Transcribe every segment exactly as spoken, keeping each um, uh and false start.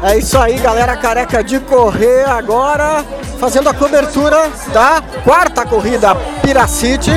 É isso aí, galera careca de correr agora, fazendo a cobertura da quarta corrida Piracity.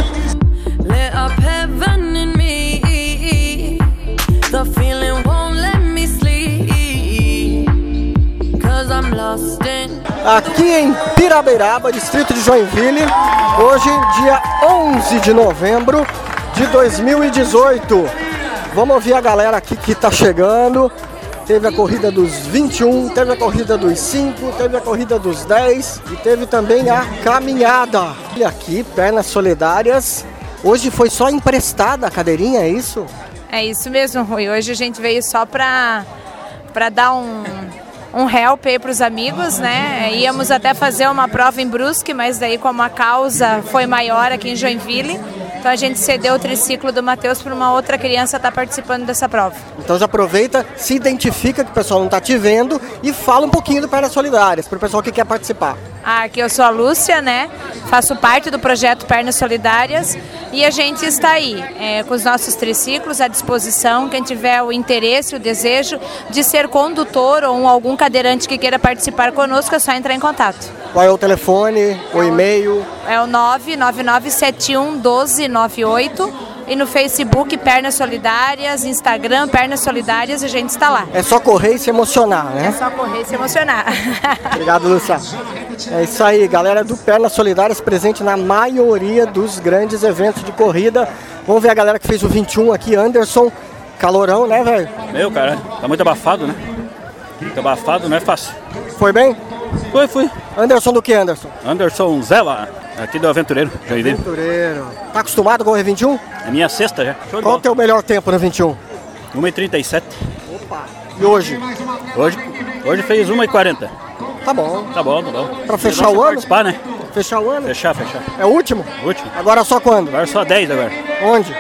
Aqui em Pirabeiraba, distrito de Joinville, hoje, dia onze de novembro de dois mil e dezoito. Vamos ouvir a galera aqui que tá chegando. Teve a corrida dos vinte e um, teve a corrida dos cinco, teve a corrida dos dez e teve também a caminhada. E aqui, pernas solidárias. Hoje foi só emprestada a cadeirinha, é isso? É isso mesmo, Rui. Hoje a gente veio só para para dar um, um help aí para os amigos, né? Íamos até fazer uma prova em Brusque, mas daí como a causa foi maior aqui em Joinville, então a gente cedeu o triciclo do Matheus para uma outra criança estar participando dessa prova. Então já aproveita, se identifica que o pessoal não está te vendo e fala um pouquinho do Pernas Solidárias, para o pessoal que quer participar. Ah, aqui eu sou a Lúcia, né? Faço parte do projeto Pernas Solidárias e a gente está aí é, com os nossos triciclos à disposição. Quem tiver o interesse, o desejo de ser condutor ou algum cadeirante que queira participar conosco, é só entrar em contato. Qual é o telefone, o e-mail? É o nove nove nove sete um um dois nove oito e no Facebook Pernas Solidárias, Instagram Pernas Solidárias, a gente está lá. É só correr e se emocionar, né? É só correr e se emocionar. Obrigado, Lúcia. É isso aí, galera do Pernas Solidárias presente na maioria dos grandes eventos de corrida. Vamos ver a galera que fez o vinte e um aqui, Anderson. Calorão, né, velho? Meu, cara, tá muito abafado, né? Muito abafado, não é fácil. Foi bem? Foi, fui. Anderson do que, Anderson? Anderson Zella, aqui do Aventureiro, Joinville. Aventureiro. Tá acostumado a correr vinte e um? É minha sexta já. Show. Qual o teu melhor tempo no vinte e um? uma e trinta e sete. Opa! E hoje? Hoje, hoje fez uma e quarenta. Tá bom. Tá bom, tá bom. Pra fechar o ano? Participar, né? Fechar o ano? Fechar, fechar. É o último? Último. Agora só quando? Agora só dez agora. Onde?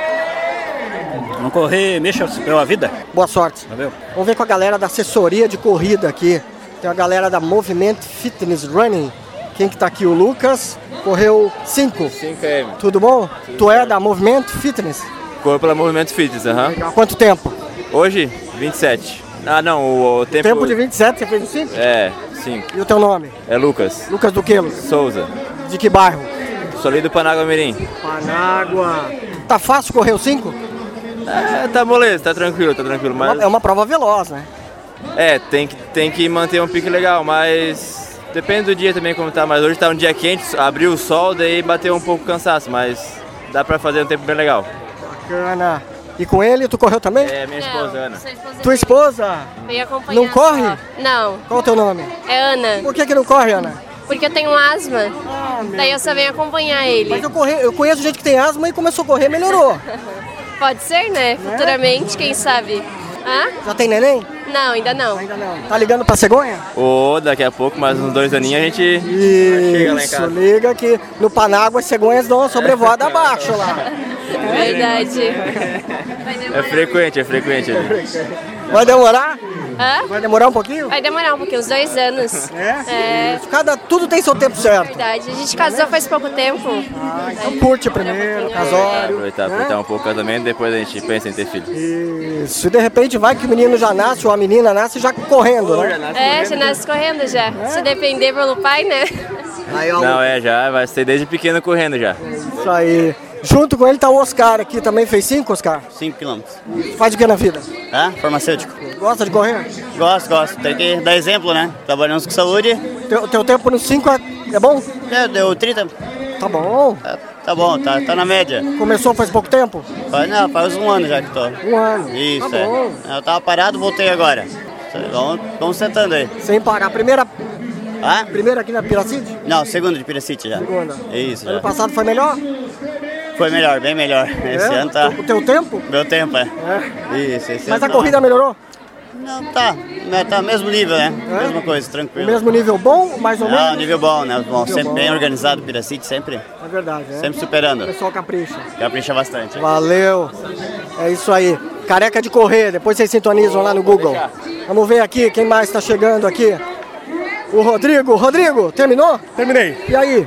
Vamos correr, mexa pela vida. Boa sorte. Valeu. Vamos ver com a galera da assessoria de corrida aqui. Tem a galera da Movement Fitness Running. Quem que tá aqui? O Lucas. Correu cinco. cinco quilômetros. Tudo bom? Tudo tu é da Movement Fitness? Corro pela Movement Fitness, aham. Há quanto tempo? Hoje, vinte e sete. Ah, não, o, o tempo... Tempo de vinte e sete, você fez o cinco? É, cinco. E o teu nome? É Lucas. Lucas do que, Lucas? Souza. De que bairro? Sou ali do Panágua Mirim. Panágua. Tá fácil correr o cinco? É, tá moleza, tá tranquilo, tá tranquilo, mas... É uma prova veloz, né? É, tem que, tem que manter um pique legal, mas... Depende do dia também como tá, mas hoje tá um dia quente, abriu o sol, daí bateu um pouco cansaço, mas dá pra fazer um tempo bem legal. Bacana. E com ele, tu correu também? É, minha esposa, Ana. Tua esposa? Veio acompanhar. Não corre? Só. Não. Qual o teu nome? É Ana. Por que que não corre, Ana? Porque eu tenho asma. Ah, Daí eu só venho acompanhar ele. Mas eu, corri, eu conheço gente que tem asma e começou a correr, melhorou. Pode ser, né? Futuramente, quem sabe. Hã? Já tem neném? Não, ainda não. Ainda não. Tá ligando pra cegonha? Ô, daqui a pouco, mais uns dois aninhos, a gente Isso, chega lá em casa. Liga que no Panágua as cegonhas dão uma sobrevoada abaixo lá. Verdade. É frequente, é frequente ali. Vai demorar? Hã? Vai demorar um pouquinho? Vai demorar um pouquinho, uns dois anos. É? É. Cada, tudo tem seu tempo certo. Verdade. A gente casou faz pouco tempo. Ah, então curte primeiro, É, casório. aproveitar, aproveitar um pouco o casamento, depois a gente pensa em ter filho. Isso, e de repente vai que o menino já nasce ou a menina nasce já correndo, né? É, já nasce correndo já. Se depender pelo pai, né? Aí, ó, Não, é, já vai ser desde pequeno correndo já. Isso aí. Junto com ele tá o Oscar aqui, também fez cinco, Oscar? cinco quilômetros. Faz o que na vida? Ah, farmacêutico. Gosta de correr? Gosto, gosto. Tem que dar exemplo, né? Trabalhamos com saúde. Teu, teu tempo no cinco é, é bom? É, deu trinta. Tá bom. Tá, tá bom, tá, tá na média. Começou faz pouco tempo? Faz, não, faz um ano já que tô. Um ano. Isso, Tá é. bom. Eu tava parado, voltei agora. Vamos, vamos sentando aí. Sem parar. Primeira, Ah? primeira aqui na Piracity? Não, segundo de Piracity já. Segunda. Isso, Ano já. passado foi melhor? Foi melhor, bem melhor. Esse É? ano tá... O teu tempo? Meu tempo, é. É. Isso, esse Mas ano a não. corrida melhorou? Não, tá. Né, tá mesmo nível, né? É? Mesma coisa, O tranquilo. mesmo nível bom, mais ou Não, menos? nível bom, né? Bom, Nível sempre bom. bem organizado, Piracity, sempre. É verdade, é. Sempre O superando. pessoal capricha. Capricha bastante. Valeu. É isso aí. Careca de correr, depois vocês sintonizam lá no Google. Vamos ver aqui quem mais está chegando aqui. O Rodrigo. Rodrigo, terminou? Terminei. E aí?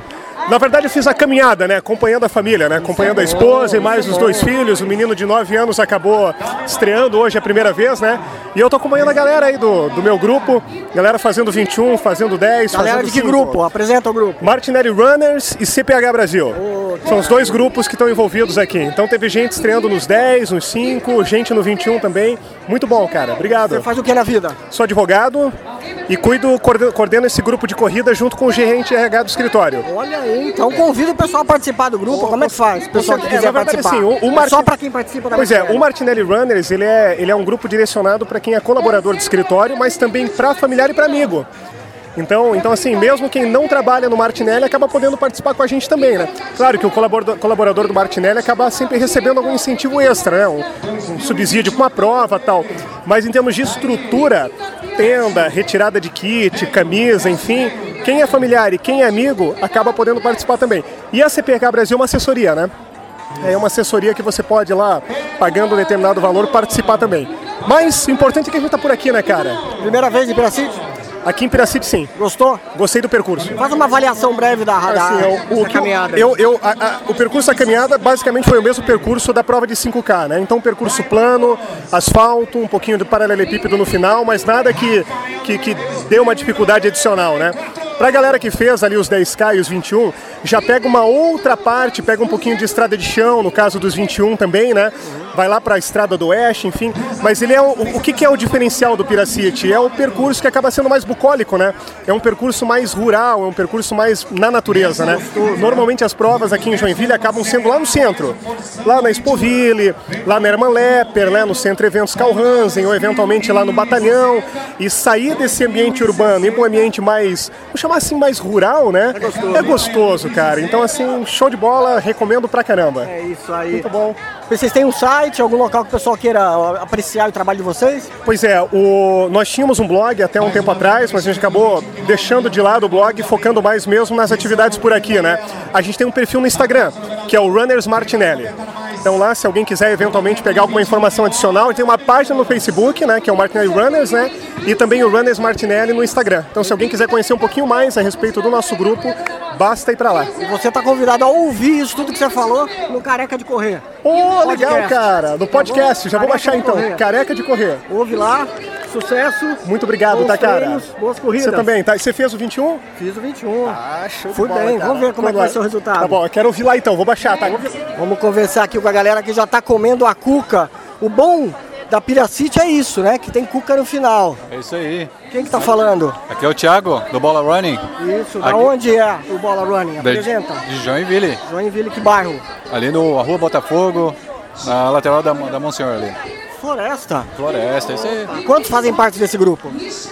Na verdade eu fiz a caminhada, né, acompanhando a família, né, acompanhando a esposa e mais os dois filhos. O menino de nove anos acabou estreando hoje a primeira vez, né, e eu tô acompanhando a galera aí do, do meu grupo, galera fazendo vinte e um, fazendo dez, galera fazendo de que cinco. grupo? Apresenta o grupo. Martinelli Runners e C P H Brasil. Oh, são os dois grupos que estão envolvidos aqui. Então teve gente estreando nos dez, nos cinco, gente no vinte e um também. Muito bom, cara. Obrigado. Você faz o que na vida? Sou advogado e cuido, coordeno esse grupo de corrida junto com o gerente R H do escritório. Olha aí, então convido o pessoal a participar do grupo. Como é que faz? O pessoal que quiser é, participar. Assim, o, o Martin... Só para quem participa da Pois é, o Martinelli Runners, ele é, ele é um grupo direcionado para quem é colaborador do escritório, mas também para familiar e para amigo. Então, então, assim, mesmo quem não trabalha no Martinelli acaba podendo participar com a gente também, né? Claro que o colaborador, colaborador do Martinelli acaba sempre recebendo algum incentivo extra, né? Um, um subsídio para uma prova e tal. Mas em termos de estrutura, tenda, retirada de kit, camisa, enfim, quem é familiar e quem é amigo acaba podendo participar também. E a C P H Brasil é uma assessoria, né? É uma assessoria que você pode ir lá, pagando um determinado valor, participar também. Mas o importante é que a gente tá por aqui, né, cara? Primeira vez em Piracicaba? Aqui em Piracicaba, sim. Gostou? Gostei do percurso. Faz uma avaliação breve da, da, assim, eu, o, da caminhada. Eu, eu, a, a, o percurso da caminhada basicamente foi o mesmo percurso da prova de cinco K, né? Então percurso plano, asfalto, um pouquinho de paralelepípedo no final, mas nada que, que, que dê uma dificuldade adicional, né? Pra galera que fez ali os dez K e os vinte e um, já pega uma outra parte, pega um pouquinho de estrada de chão, no caso dos vinte e um também, né? Vai lá pra Estrada do Oeste, enfim. Mas ele é o, o que, que é o diferencial do Piracity? É o percurso que acaba sendo mais bucólico, né? É um percurso mais rural, é um percurso mais na natureza, né? Normalmente as provas aqui em Joinville acabam sendo lá no centro. Lá na Expoville, lá na Hermann Lepper, né? No Centro Eventos Karl Hansen, ou eventualmente lá no Batalhão. E sair desse ambiente urbano e para um ambiente mais... chamar assim, mais rural, né? É gostoso. É gostoso, cara. Então, assim, show de bola, recomendo pra caramba. É isso aí. Muito bom. Vocês têm um site, algum local que o pessoal queira apreciar o trabalho de vocês? Pois é, o... nós tínhamos um blog até um tempo atrás, mas a gente acabou deixando de lado o blog, focando mais mesmo nas atividades por aqui, né? A gente tem um perfil no Instagram, que é o Runners Martinelli. Então lá, se alguém quiser eventualmente pegar alguma informação adicional, tem uma página no Facebook, né, que é o Martinelli Runners, né, e também o Runners Martinelli no Instagram. Então se alguém quiser conhecer um pouquinho mais a respeito do nosso grupo, basta ir pra lá. E você tá convidado a ouvir isso tudo que você falou no Careca de Correr. Oh, legal, cara, no podcast, já vou baixar então, Careca de Correr. Ouve lá. Sucesso. Muito obrigado, bons tá, cara? Treinos, boas corridas. Você também, tá? Você fez o vinte e um? Fiz o vinte e um. Ah, show de Fui bola, bem, cara. vamos ver como é que vai ser o resultado. Tá bom, eu quero ouvir lá então, vou baixar, tá? Vamos conversar aqui com a galera que já tá comendo a cuca. O bom da Piracity é isso, né? Que tem cuca no final. É isso aí. Quem que tá falando? Aqui é o Thiago, do Bola Running. Isso, da aqui... onde é o Bola Running? Apresenta. De Joinville. Joinville, que bairro? Ali no Rua Botafogo, na lateral da, da Monsenhor ali. Floresta. Floresta, isso aí. Quantos fazem parte desse grupo?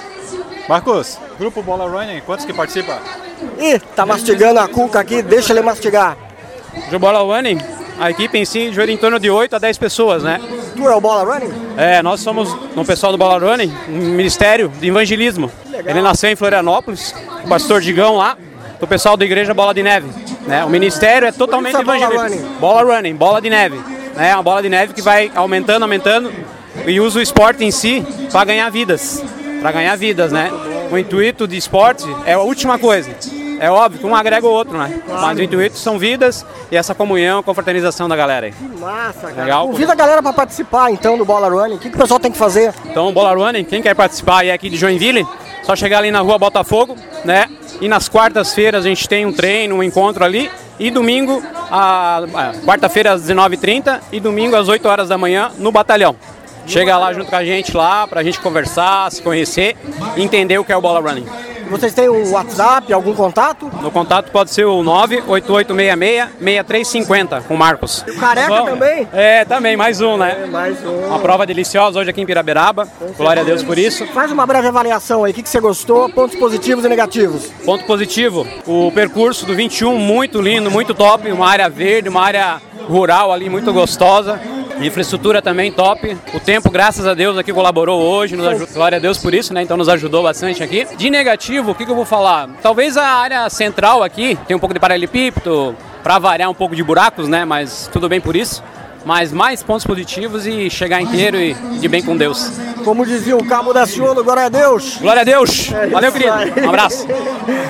Marcos, grupo Bola Running, quantos que participam? Ih, tá mastigando a cuca aqui, deixa ele mastigar. Do Bola Running, a equipe em si gira em torno de oito a dez pessoas, né? Tu é o Bola Running? É, nós somos, no pessoal do Bola Running, um ministério de evangelismo. Ele nasceu em Florianópolis, o pastor Digão lá, do pessoal da Igreja Bola de Neve. Né? O ministério é totalmente evangelístico. Bola Running, bola de neve. É uma bola de neve que vai aumentando, aumentando e usa o esporte em si para ganhar vidas, para ganhar vidas, né? O intuito de esporte é a última coisa. É óbvio que um agrega o outro, né? Mas o intuito são vidas e essa comunhão, confraternização da galera aí. Que massa, cara. Legal? Convida a galera para participar então do Bola Running. O que, que o pessoal tem que fazer? Então, Bola Running, quem quer participar aí aqui de Joinville, só chegar ali na Rua Botafogo, né? E nas quartas-feiras a gente tem um treino, um encontro ali. E domingo, a, a quarta-feira às dezenove e trinta e domingo às oito horas da manhã no Batalhão. Chega lá junto com a gente lá, pra gente conversar, se conhecer e entender o que é o Bola Running. Vocês têm um WhatsApp, algum contato? No contato pode ser o nove oito oito seis seis, seis três cinco zero com o Marcos. E o Careca Bom, também? É, também, mais um, né? É, mais um. Uma prova deliciosa hoje aqui em Piraberaba. Glória a Deus por isso. Faz uma breve avaliação aí, o que, que você gostou, pontos positivos e negativos. Ponto positivo, o percurso do vinte e um, muito lindo, muito top, uma área verde, uma área rural ali muito gostosa. Infraestrutura também top. O tempo, graças a Deus, aqui colaborou hoje. Nos ajudou. Glória a Deus por isso, né? Então nos ajudou bastante aqui. De negativo, o que, que eu vou falar? Talvez a área central aqui tem um pouco de paralelepípedo, para variar um pouco de buracos, né? Mas tudo bem por isso. Mas mais pontos positivos e chegar inteiro e de bem com Deus. Como dizia o Cabo da Ciolo, glória a Deus. Glória a Deus. É Valeu, querido. Um abraço.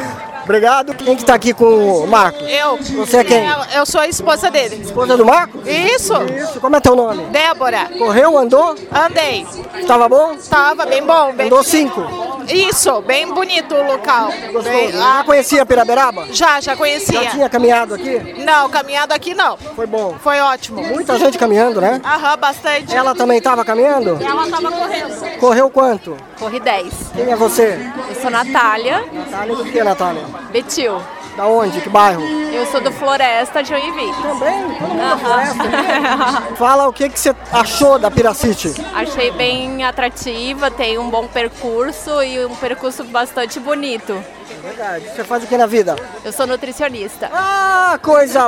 Obrigado. Quem que tá aqui com o Marco? Eu. Você é quem? Eu, eu sou a esposa dele. Esposa do Marco? Isso. Isso. Como é teu nome? Débora. Correu, andou? Andei. Tava bom? Tava bem bom. Bem... Andou cinco? Isso, bem bonito o local. Gostoso. Bem... Já conhecia Piraberaba? Já, já conhecia. Já tinha caminhado aqui? Não, caminhado aqui não. Foi bom? Foi ótimo. Muita gente caminhando, né? Aham, bastante. Ela também tava caminhando? Ela tava correndo. Correu quanto? Corri dez. Quem é você? Eu sou Natália. Natália do que, Natália? Betil. Da onde? Que bairro? Eu sou do Floresta de Joinville. Também? Todo mundo da Floresta aqui? Fala o que, que você achou da Piracity. Achei bem atrativa, tem um bom percurso e um percurso bastante bonito. Verdade. Você faz o que na vida? Eu sou nutricionista. Ah, coisa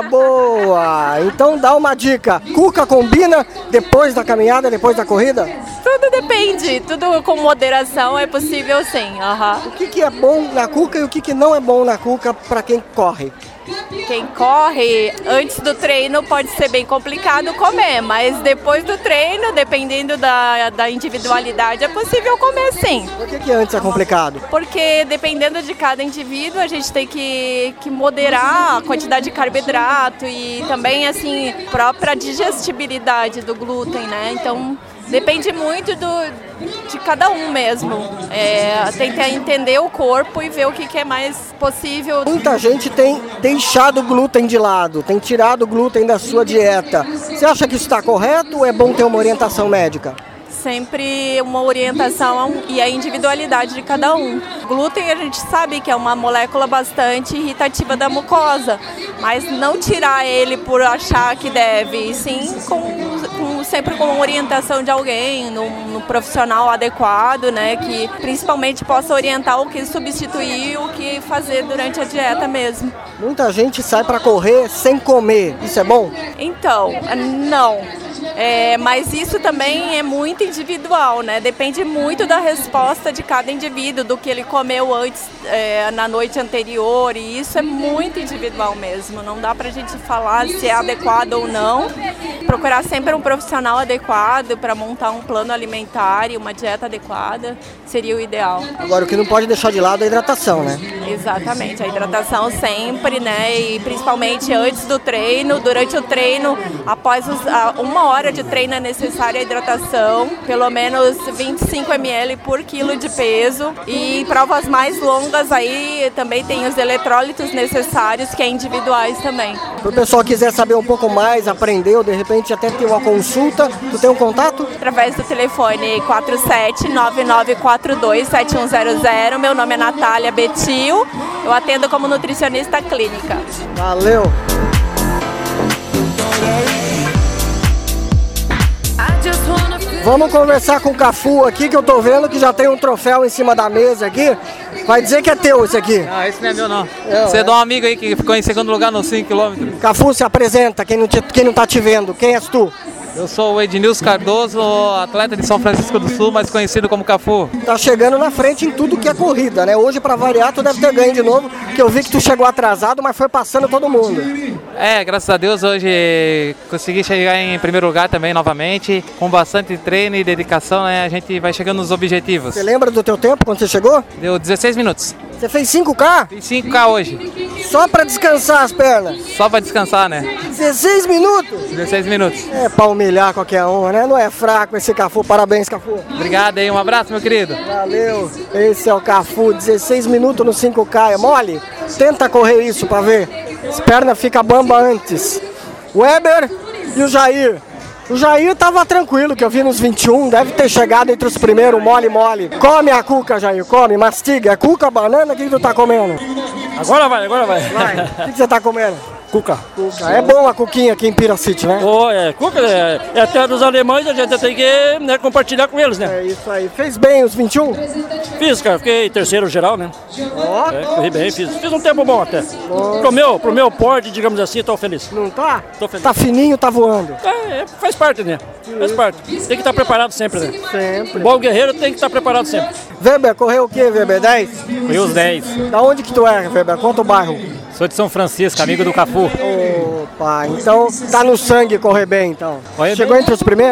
boa! Então dá uma dica. Cuca combina depois da caminhada, depois da corrida? Tudo depende, tudo com moderação é possível sim. Uhum. O que, que é bom na cuca e o que, que não é bom na cuca para quem corre? Quem corre antes do treino pode ser bem complicado comer, mas depois do treino, dependendo da, da individualidade, é possível comer sim. Por que, que antes é complicado? Porque dependendo de cada indivíduo, a gente tem que, que moderar a quantidade de carboidrato e também assim, própria digestibilidade do glúten, né? Então depende muito do, de cada um mesmo. É, tentar entender o corpo e ver o que, que é mais possível. Muita gente tem deixado o glúten de lado, tem tirado o glúten da sua dieta. Você acha que isso está correto ou é bom ter uma orientação médica? Sempre uma orientação e a individualidade de cada um. O glúten a gente sabe que é uma molécula bastante irritativa da mucosa, mas não tirar ele por achar que deve, e sim com, com, sempre com uma orientação de alguém, no, no profissional adequado, né, que principalmente possa orientar o que substituir, o que fazer durante a dieta mesmo. Muita gente sai para correr sem comer, isso é bom? Então, não. É, mas isso também é muito individual, né? Depende muito da resposta de cada indivíduo, do que ele comeu antes, é, na noite anterior, e isso é muito individual mesmo. Não dá pra gente falar se é adequado ou não. Procurar sempre um profissional adequado para montar um plano alimentar e uma dieta adequada seria o ideal. Agora, o que não pode deixar de lado é a hidratação, né? Exatamente, a hidratação sempre, né? E principalmente antes do treino, durante o treino, após os, a, uma hora de treino é necessária a hidratação, pelo menos vinte e cinco mililitros por quilo de peso. E em provas mais longas aí também tem os eletrólitos necessários, que é individuais também. Se o pessoal quiser saber um pouco mais, aprender ou de repente até ter uma consulta, tu tem um contato? Através do telefone quatro sete nove nove quatro dois sete um zero zero. Meu nome é Natália Betil, eu atendo como nutricionista clínica. Valeu! Vamos conversar com o Cafu aqui, que eu tô vendo que já tem um troféu em cima da mesa aqui. Vai dizer que é teu esse aqui. Ah, esse não é meu não. É, Você é é de um amigo aí que ficou em segundo lugar nos cinco quilômetros. Cafu, se apresenta, quem não, te, quem não tá te vendo. Quem és tu? Eu sou o Ednilson Cardoso, atleta de São Francisco do Sul, mais conhecido como Cafu. Tá chegando na frente em tudo que é corrida, né? Hoje, pra variar, tu deve ter ganho de novo, que eu vi que tu chegou atrasado, mas foi passando todo mundo. É, graças a Deus hoje consegui chegar em primeiro lugar também novamente. Com bastante treino e dedicação, né, a gente vai chegando nos objetivos. Você lembra do teu tempo quando você chegou? Deu dezesseis minutos. Você fez cinco K? Fiz cinco K hoje. Só pra descansar as pernas? Só pra descansar, né? dezesseis minutos? dezesseis minutos. É pra humilhar qualquer um, né? Não é fraco esse Cafu. Parabéns, Cafu. Obrigado aí, um abraço, meu querido. Valeu. Esse é o Cafu, dezesseis minutos no cinco K. É mole? Tenta correr isso pra ver. As pernas ficam bamba antes. O Weber e o Jair. O Jair tava tranquilo, que eu vi nos vinte e um, deve ter chegado entre os primeiros, mole, mole. Come a cuca, Jair, come, mastiga. É cuca, banana, o que, que tu tá comendo? Agora vai, agora vai. Vai. O que, que você tá comendo? Cuca. Cuca. É bom a cuquinha aqui em Piracity, né? Oh, é, cuca é, é a terra dos alemães, a gente tem que, né, compartilhar com eles, né? É isso aí. Fez bem os vinte e um? Fiz, cara, fiquei terceiro geral, né? Ó. É, corri bem, fiz. Fiz um tempo bom até. Pro meu, pro meu porte, digamos assim, tô feliz. Não tá? Tô feliz. Tá fininho, tá voando. É, é, faz parte, né? Faz parte. Tem que estar preparado sempre, né? Sempre. O bom guerreiro tem que estar preparado sempre. Weber, correu o quê, Weber? dez? Corri os dez. Da onde que tu é, Weber? Conta o bairro. Sou de São Francisco, amigo do Cafu. Opa, então tá no sangue correr bem, então. Correr Chegou bem. entre os primeiros?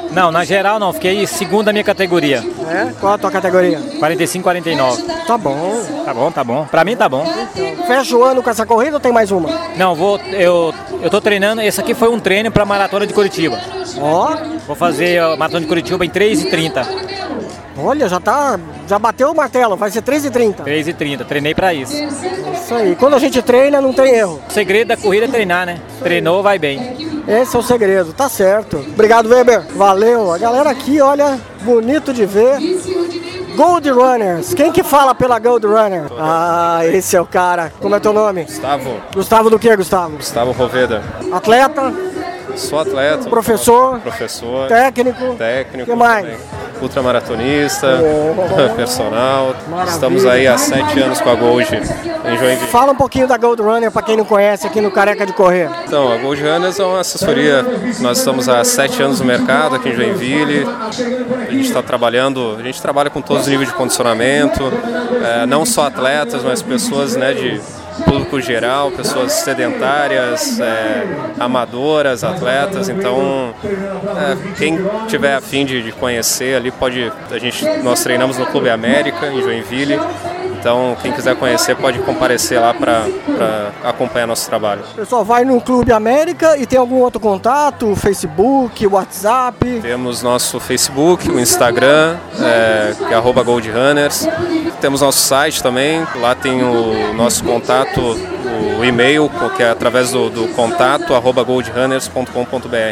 Não, na geral não, fiquei segundo da minha categoria. É? Qual a tua categoria? quarenta e cinco, quarenta e nove. Tá bom. Tá bom, tá bom. Pra mim tá bom. Fecha o ano com essa corrida ou tem mais uma? Não, vou, eu, eu tô treinando, esse aqui foi um treino pra Maratona de Curitiba. Ó. Vou fazer a Maratona de Curitiba em três e trinta. Olha, já tá, já bateu o martelo, vai ser três e trinta. três e trinta, treinei pra isso. Isso aí, quando a gente treina não tem erro. O segredo da corrida é treinar, né? Treinou, vai bem. Esse é o segredo, tá certo. Obrigado, Weber. Valeu. A galera aqui, olha, bonito de ver. Gold Runners. Quem que fala pela Gold Runner? Ah, esse é o cara. Como é teu nome? Gustavo. Gustavo do que, Gustavo? Gustavo Roveda. Atleta? Sou atleta. Professor? Professor. Técnico? Técnico. O que mais? Também. Ultramaratonista, oh. personal. Maravilha. Estamos aí há sete anos com a Gold em Joinville. Fala um pouquinho da Gold Runner para quem não conhece aqui no Careca de Correr. Então, a Gold Runners é uma assessoria. Nós estamos há sete anos no mercado aqui em Joinville. A gente está trabalhando, a gente trabalha com todos os níveis de condicionamento, é, não só atletas, mas pessoas, né, de público geral, pessoas sedentárias, é, amadoras, atletas. Então, é, quem tiver a fim de, de conhecer ali pode. A gente, nós treinamos no Clube América em Joinville. Então, quem quiser conhecer pode comparecer lá para acompanhar nosso trabalho. Pessoal, vai no Clube América e tem algum outro contato? Facebook, WhatsApp? Temos nosso Facebook, o Instagram, é, que é arroba Gold Runners. Temos nosso site também, lá tem o nosso contato, o e-mail, que é através do, do contato arroba gold runners ponto com ponto b r.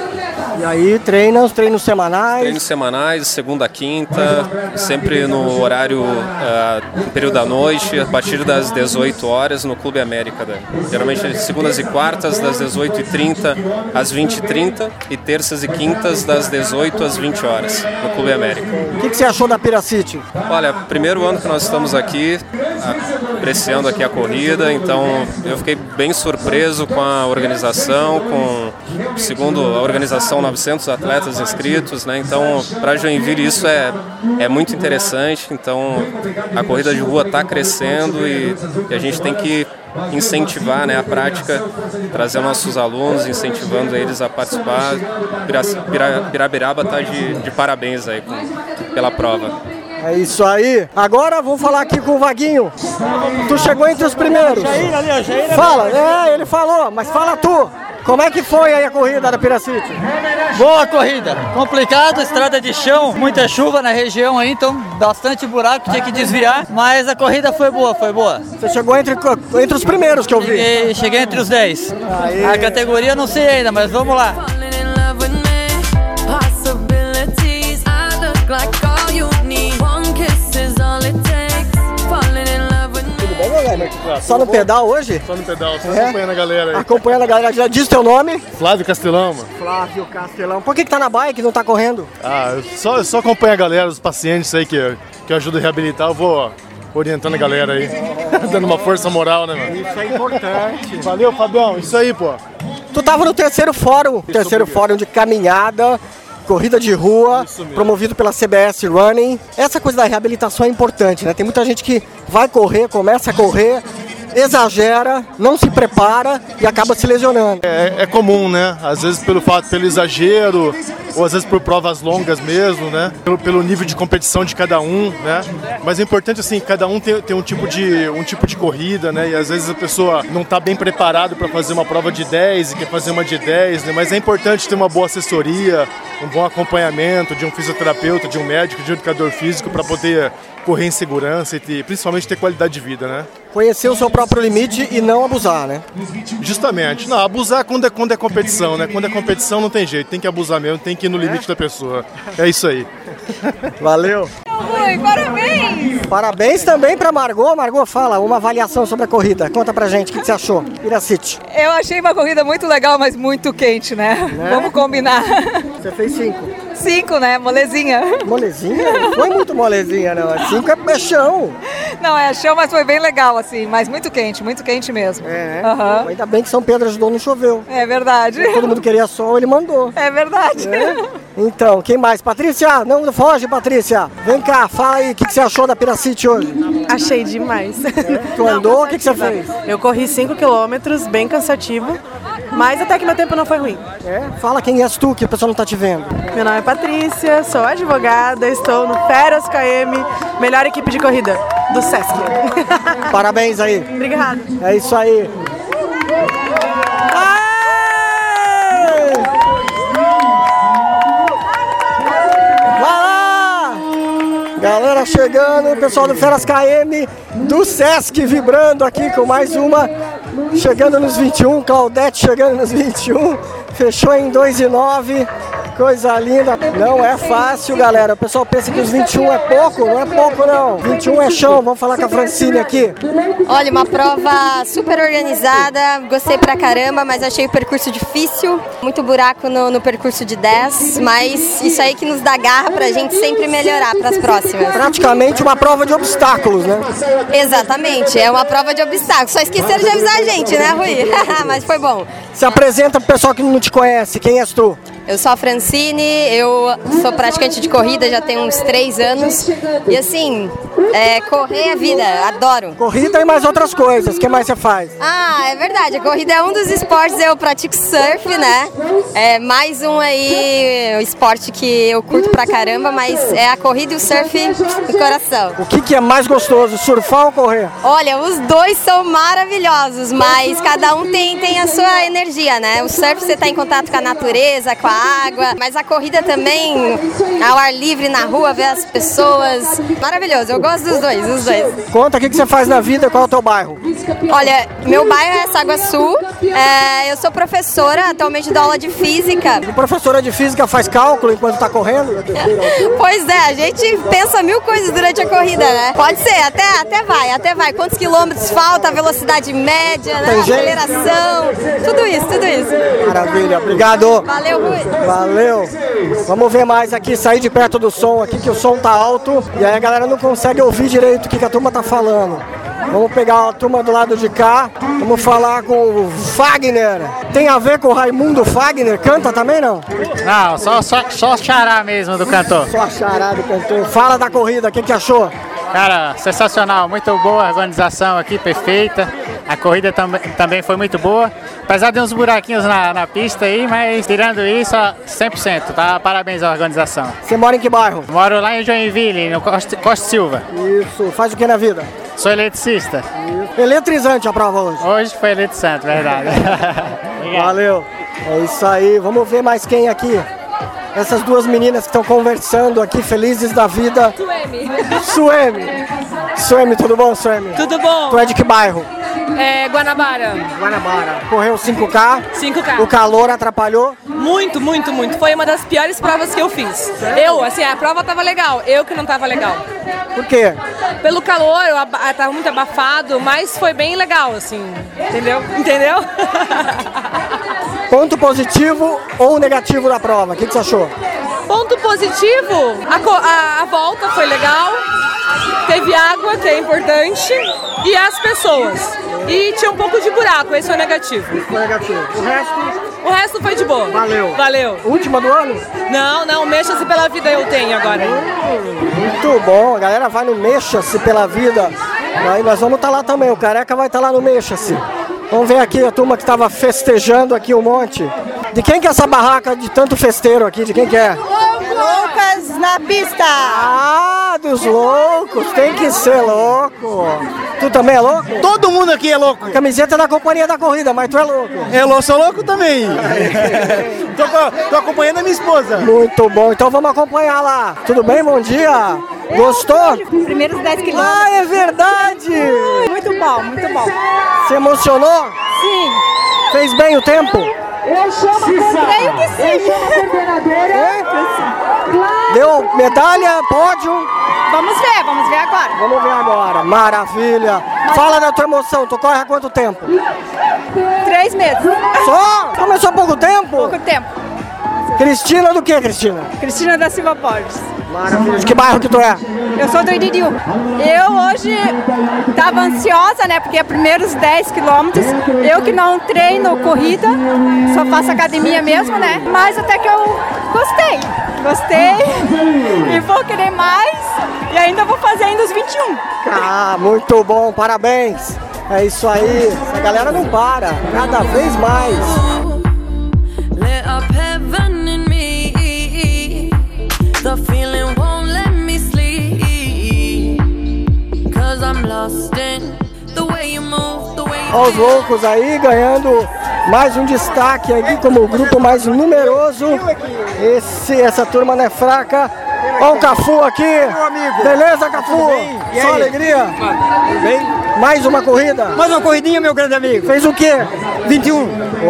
E aí treina, os treinos semanais? Treinos semanais, segunda a quinta, sempre no horário, uh, no período da noite, a partir das dezoito horas no Clube América. Né? Geralmente segundas e quartas das dezoito e trinta às vinte e trinta e terças e quintas das dezoito às vinte horas no Clube América. O que, que você achou da Piracity? Olha, primeiro ano que nós estamos aqui, apreciando aqui a corrida, então eu fiquei bem surpreso com a organização, com, segundo a organização, novecentos atletas inscritos, né? Então, para Joinville isso é, é muito interessante. Então, a corrida de rua está crescendo e, e a gente tem que incentivar, né, a prática, trazer nossos alunos, incentivando eles a participar. Birabiraba está de, de parabéns aí com, pela prova. É isso aí. Agora vou falar aqui com o Vaguinho. Tu chegou entre os primeiros. Fala, é, ele falou, mas fala tu. Como é que foi aí a corrida da Piracity? Boa corrida, complicado, estrada de chão, muita chuva na região aí, então bastante buraco, tinha que desviar, mas a corrida foi boa, foi boa. Você chegou entre, entre os primeiros que eu vi? Cheguei, cheguei entre os dez. Aê. A categoria eu não sei ainda, mas vamos lá. Só no pedal hoje? Só no pedal, só é? acompanhando a galera aí. Acompanhando a galera. Já diz teu nome? Flávio Castelão, mano. Flávio Castelão. Por que que tá na bike, não tá correndo? Ah, eu só, eu só acompanho a galera, os pacientes aí que, que eu ajudo a reabilitar. Eu vou orientando a galera aí, dando uma força moral, né, mano? Isso é importante. Valeu, Fabião. Isso aí, pô. Tu tava no terceiro fórum, Isso terceiro obrigado. fórum de caminhada, corrida de rua, promovido pela C B S Running. Essa coisa da reabilitação é importante, né? Tem muita gente que vai correr, começa a correr, exagera, não se prepara e acaba se lesionando. É, é comum, né? Às vezes pelo fato, pelo exagero, ou às vezes por provas longas mesmo, né? Pelo, pelo nível de competição de cada um, né? Mas é importante, assim, cada um tem, tem um, tipo de, um tipo de corrida, né? E às vezes a pessoa não está bem preparada para fazer uma prova de dez e quer fazer uma de dez, né? Mas é importante ter uma boa assessoria, um bom acompanhamento de um fisioterapeuta, de um médico, de um educador físico para poder correr em segurança e ter, principalmente ter qualidade de vida, né? Conhecer o seu próprio limite e não abusar, né? Justamente. Não, abusar quando é, quando é competição, né? Quando é competição não tem jeito, tem que abusar mesmo, tem que ir no limite é? da pessoa. É isso aí. Valeu. Oi, parabéns! Parabéns também pra Margot. Margot, fala uma avaliação sobre a corrida. Conta pra gente, o que você achou? Piracity. Eu achei uma corrida muito legal, mas muito quente, né? né? Vamos combinar. Você fez cinco? Cinco, né? Molezinha. Molezinha? Não foi muito molezinha, não. Cinco é chão. Não, é chão, mas foi bem legal, assim. Mas muito quente, muito quente mesmo. É, uhum. Ainda bem que São Pedro ajudou, não choveu. É verdade. Todo mundo queria sol, ele mandou. É verdade. É? Então, quem mais? Patrícia? Não foge, Patrícia. Vem cá, fala aí, o que, que você achou da Piracity hoje? Achei demais. É? Tu andou, o que, que você fez? Eu corri cinco quilômetros, bem cansativo, Mas até que meu tempo não foi ruim. É? Fala quem és tu, que o pessoal não tá te vendo. Meu nome é Patrícia, sou advogada, estou no Feras K M, melhor equipe de corrida do Sesc. Parabéns aí. Obrigada. É isso aí. Galera chegando, o pessoal do Feras K M, do Sesc vibrando aqui com mais uma, chegando nos vinte e um, Claudete chegando nos vinte e um, fechou em dois e nove, coisa linda. Não é fácil, galera, o pessoal pensa que os vinte e um é pouco, não é pouco não, vinte e um é chão. Vamos falar com a Francine aqui. Olha, uma prova super organizada, gostei pra caramba, mas achei o percurso difícil, muito buraco no, no percurso de dez, mas isso aí que nos dá garra pra gente sempre melhorar pras próximas. Praticamente uma prova de obstáculos, né? Exatamente, é uma prova de obstáculos, só esqueceram de avisar a gente, né, Rui? Mas foi bom. Se apresenta pro pessoal que não te conhece, quem és tu? Eu sou a Francine, eu sou praticante de corrida já tem uns três anos e assim, é, correr é vida, adoro. Corrida e mais outras coisas, o que mais você faz? Ah, é verdade, a corrida é um dos esportes, eu pratico surf, né? É mais um aí, o esporte que eu curto pra caramba, mas é a corrida e o surf no coração. O que, que é mais gostoso, surfar ou correr? Olha, os dois são maravilhosos, mas cada um tem, tem a sua energia, né? O surf você tá em contato com a natureza, com a água, mas a corrida também, ao ar livre na rua, ver as pessoas, maravilhoso, eu gosto dos dois, os dois. Conta o que, que você faz na vida, qual é o teu bairro? Olha, meu bairro é Saguaçu, é, eu sou professora, atualmente dou aula de física. E professora de física faz cálculo enquanto tá correndo? Pois é, a gente pensa mil coisas durante a corrida, né? Pode ser, até, até vai, até vai, quantos quilômetros falta, a velocidade média, né? Aceleração, tudo isso, tudo isso. Maravilha, obrigado. Valeu, Rui. Valeu. Vamos ver mais aqui, sair de perto do som aqui, que o som tá alto e aí a galera não consegue ouvir direito o que, que a turma tá falando. Vamos pegar a turma do lado de cá, vamos falar com o Fagner. Tem a ver com o Raimundo Fagner? Canta também, não? Não, só, só, só xará mesmo do cantor. Só xará do cantor. Fala da corrida, o que, que achou? Cara, sensacional, muito boa a organização aqui, perfeita. A corrida tam também foi muito boa, apesar de uns buraquinhos na, na pista aí, mas tirando isso, cem por cento, tá? Parabéns à organização. Você mora em que bairro? Moro lá em Joinville, no Costa, Costa Silva. Isso, faz o que na vida? Sou eletricista. Isso. Eletrizante a prova hoje? Hoje foi eletrizante, verdade. Valeu, é isso aí, vamos ver mais quem aqui. Essas duas meninas que estão conversando aqui, felizes da vida. Suemi. Suemi. Suemi, tudo bom, Suemi? Tudo bom. Tu é de que bairro? É, Guanabara. Guanabara. Correu cinco K? cinco K. O calor atrapalhou? Muito, muito, muito. Foi uma das piores provas que eu fiz. Sério? Eu, assim, a prova tava legal, eu que não tava legal. Por quê? Pelo calor, eu tava muito abafado, mas foi bem legal, assim. Entendeu? Entendeu? Ponto positivo ou negativo da prova? O que, que você achou? Ponto positivo, a, a, a volta foi legal, teve água, que é importante, e as pessoas. E tinha um pouco de buraco, esse foi negativo. Foi negativo. O resto? O resto foi de boa. Valeu. Valeu. Última do ano? Não, não, Mexa-se pela Vida eu tenho agora. Muito bom, a galera vai no Mexa-se pela Vida. Aí nós vamos estar tá lá também, o Careca vai estar tá lá no Mexa-se. Vamos ver aqui a turma que estava festejando aqui um monte. De quem que é essa barraca de tanto festeiro aqui? De quem que é? Loucas na pista! Ah, dos loucos! Tem que ser louco! Tu também é louco? Todo mundo aqui é louco! A camiseta é da companhia da corrida, mas tu é louco! Eu sou louco também! tô, tô acompanhando a minha esposa! Muito bom, então vamos acompanhar lá! Tudo bem? Bom dia! Gostou? Primeiros dez quilômetros. Ah, é verdade! Muito bom, muito bom. Se emocionou? Sim. Fez bem o tempo? Eu chamo Creio que sim. É? Deu medalha, pódio? Vamos ver, vamos ver agora. Vamos ver agora, maravilha. Fala da tua emoção, tu corre há quanto tempo? Três meses. Só? Começou há pouco tempo? Pouco tempo. Cristina do que, Cristina? Cristina da Silva Borges. Maravilha. De que bairro que tu é? Eu sou do Idiriu. Eu hoje estava ansiosa, né? Porque é primeiros dez quilômetros. Eu que não treino corrida, só faço academia mesmo, né? Mas até que eu gostei. Gostei. E vou querer mais. E ainda vou fazer ainda os vinte e um. Ah, muito bom. Parabéns. É isso aí. A galera não para. Cada vez mais. The feeling won't let me sleep, 'cause I'm lost in the way you move, the way you Olha os loucos aí ganhando mais um destaque aqui como o grupo mais numeroso. Esse, essa turma não é fraca. Olha o Cafu aqui. Meu amigo. Beleza, Cafu? Só alegria? Tudo bem? Mais uma corrida? Mais uma corridinha, meu grande amigo. Fez o quê? vinte e um.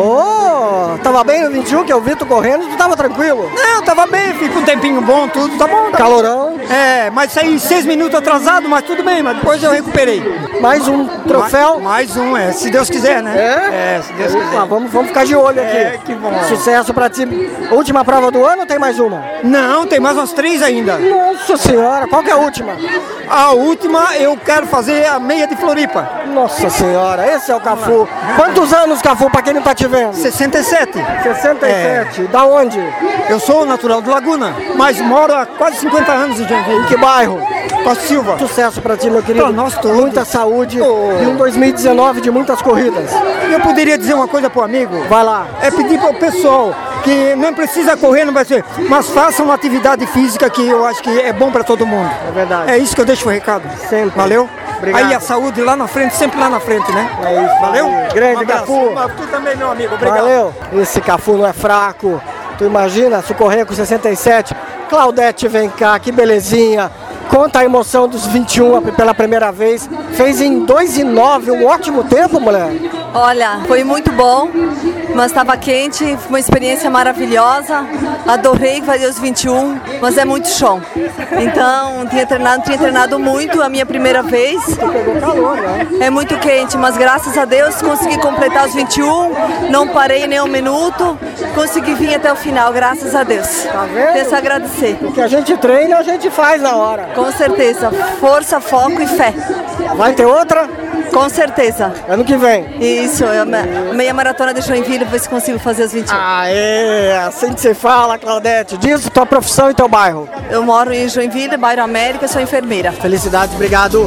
Oh, tava bem no vinte e um, que eu vi tu correndo, tu tava tranquilo? Não, tava bem, fica um tempinho bom, tudo, tá bom. Tá Calorão. É, mas saí seis minutos atrasado, mas tudo bem, mas depois eu recuperei. Mais um troféu? Mais, mais um, é, se Deus quiser, né? É? É, se Deus quiser. Ah, vamos, vamos ficar de olho aqui. É, que bom. Sucesso pra ti. Última prova do ano ou tem mais uma? Não, tem mais umas três ainda. Nossa senhora, qual que é a última? A última eu quero fazer a meia de Floripa. Nossa senhora, esse é o Cafu. Quantos anos, Cafu, pra quem não tá te vendo? sessenta e sete. sessenta e sete. É. Da onde? Eu sou natural de Laguna, mas moro há quase cinquenta anos em Joinville. Em que bairro? Costa Silva. Sucesso pra ti, meu querido. Pra nós todos. Muita saúde oh. E um dois mil e dezenove de muitas corridas. Eu poderia dizer uma coisa pro amigo? Vai lá. É pedir pro pessoal que não precisa correr, não vai ser, mas faça uma atividade física que eu acho que é bom pra todo mundo. É verdade. É isso que eu deixo o recado. Sempre. Valeu? Obrigado. Aí a saúde lá na frente, sempre lá na frente, né? É isso. Valeu? Aí. Grande um Cafu. Tu também, meu amigo. Obrigado. Valeu. Esse Cafu não é fraco. Tu imagina, se correr com sessenta e sete. Claudete, vem cá, que belezinha. Conta a emoção dos vinte e um pela primeira vez. Fez em dois e nove, um ótimo tempo, mulher. Olha, foi muito bom, mas estava quente, foi uma experiência maravilhosa. Adorei fazer os vinte e um, mas é muito chão. Então, tinha treinado, tinha treinado muito a minha primeira vez. Tu pegou calor, né? É muito quente, mas graças a Deus consegui completar os vinte e um, não parei nem um minuto, consegui vir até o final, graças a Deus. Tá vendo? Tenho que agradecer. O que a gente treina, a gente faz na hora. Com certeza, força, foco e fé. Vai ter outra? Com certeza. Ano que vem. Isso, a meia maratona de Joinville, ver se consigo fazer as vinte e um. Aê, assim que você fala, Claudete. Diz tua profissão e teu bairro. Eu moro em Joinville, bairro América, sou enfermeira. Felicidades, obrigado.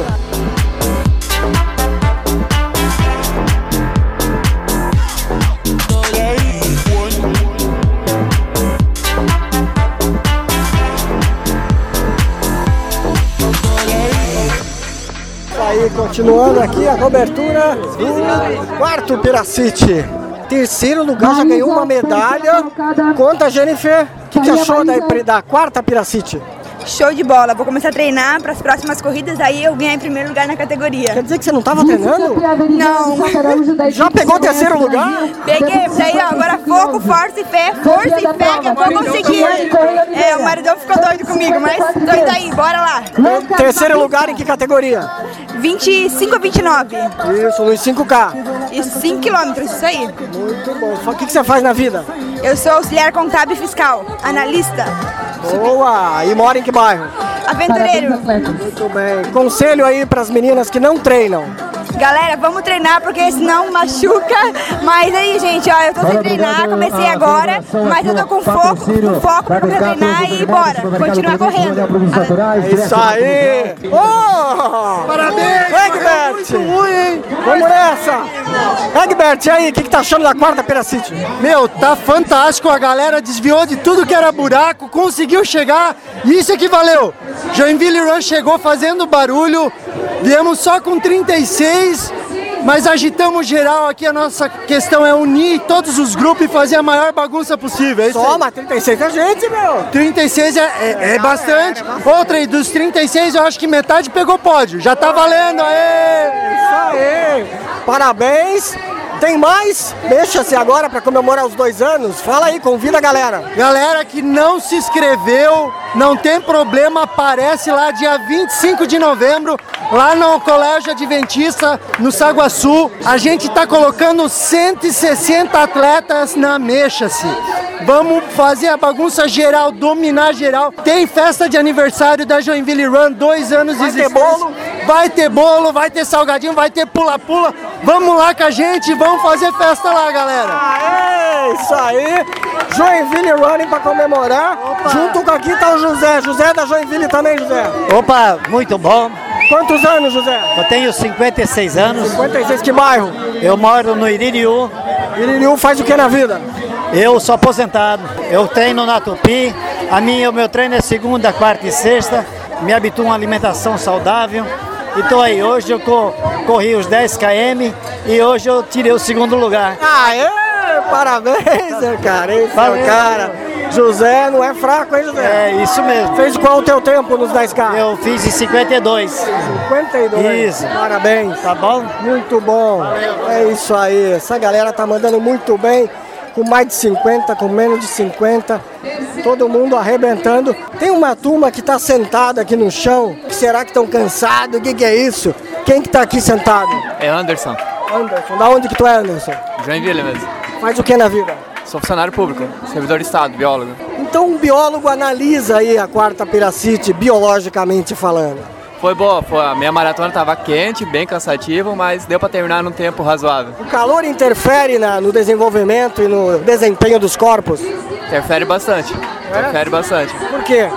Aí, continuando aqui a cobertura do quarto Piracite. Terceiro lugar, já ganhou uma medalha. Conta, Jennifer, o que, que achou da, da quarta Piracite? Show de bola, vou começar a treinar para as próximas corridas, aí eu ganhar em primeiro lugar na categoria. Quer dizer que você não estava treinando? Não. Já pegou o terceiro lugar? Peguei, daí ó, agora foco, força e fé, força e fé, que eu vou conseguir. É, o maridão ficou doido comigo, mas tô indo aí, bora lá. Terceiro lugar em que categoria? vinte e cinco a vinte e nove. Isso, nos cinco K. Isso, cinco quilômetros, isso aí. Muito bom. O que, que você faz na vida? Eu sou auxiliar contábil e fiscal, analista. Boa! E mora em que bairro? Aventureiro. Muito bem. Conselho aí para as meninas que não treinam. Galera, vamos treinar porque senão machuca. Mas aí, gente, ó, eu tô sem treinar, comecei agora, mas eu tô com foco, com foco pra treinar e bora, continuar correndo. É isso aí! Oh! Parabéns! Egbert! Muito ruim, hein? Vamos nessa! Egbert, e aí, o que, que tá achando da quarta Piracite? Meu, tá fantástico, a galera desviou de tudo que era buraco, conseguiu chegar, e isso é que valeu! Joinville Run chegou fazendo barulho, viemos só com trinta e seis, mas agitamos geral aqui, a nossa questão é unir todos os grupos e fazer a maior bagunça possível. É isso Só, aí. mas trinta e seis é gente, meu! trinta e seis é, é, é bastante. Outra, e dos trinta e seis eu acho que metade pegou pódio, já tá valendo, aê! Isso aí! Parabéns! Tem mais? Deixa-se agora para comemorar os dois anos. Fala aí, convida a galera. Galera que não se inscreveu, não tem problema, aparece lá dia vinte e cinco de novembro, lá no Colégio Adventista, no Saguaçu. A gente tá colocando cento e sessenta atletas na Mexa-se. Vamos fazer a bagunça geral, dominar geral. Tem festa de aniversário da Joinville Run, dois anos de existência. Vai ter bolo? Vai ter bolo, vai ter salgadinho, vai ter pula-pula. Vamos lá com a gente, vamos fazer festa lá, galera. Aê, isso aí. Joinville Running para comemorar. Opa. Junto com aqui tá o José. José da Joinville também, José. Opa, muito bom. Quantos anos, José? Eu tenho cinquenta e seis anos. cinquenta e seis, que bairro? Eu moro no Iririú. Iririú faz o que na vida? Eu sou aposentado. Eu treino na Tupi A minha, o meu treino é segunda, quarta e sexta. Me habituo a uma alimentação saudável. E tô aí, hoje eu co corri os dez quilômetros e hoje eu tirei o segundo lugar. Aê, parabéns, cara. Esse é o cara. José não é fraco, hein, José? É, isso mesmo. Fez qual o teu tempo nos dez K? Eu fiz em cinquenta e dois. cinquenta e dois? Isso. Parabéns. Tá bom? Muito bom. Valeu. É isso aí. Essa galera tá mandando muito bem. Com mais de cinquenta, com menos de cinquenta, todo mundo arrebentando. Tem uma turma que está sentada aqui no chão. Será que estão cansados? O que, que é isso? Quem que está aqui sentado? É Anderson. Anderson. Da onde que tu é, Anderson? Joinville mesmo. Faz o que na vida? Sou funcionário público, servidor de Estado, biólogo. Então um biólogo analisa aí a quarta Piracite, biologicamente falando. Foi boa, foi, a minha maratona estava quente, bem cansativo, mas deu para terminar num tempo razoável. O calor interfere na, no desenvolvimento e no desempenho dos corpos? Interfere bastante, é? interfere bastante. Por quê?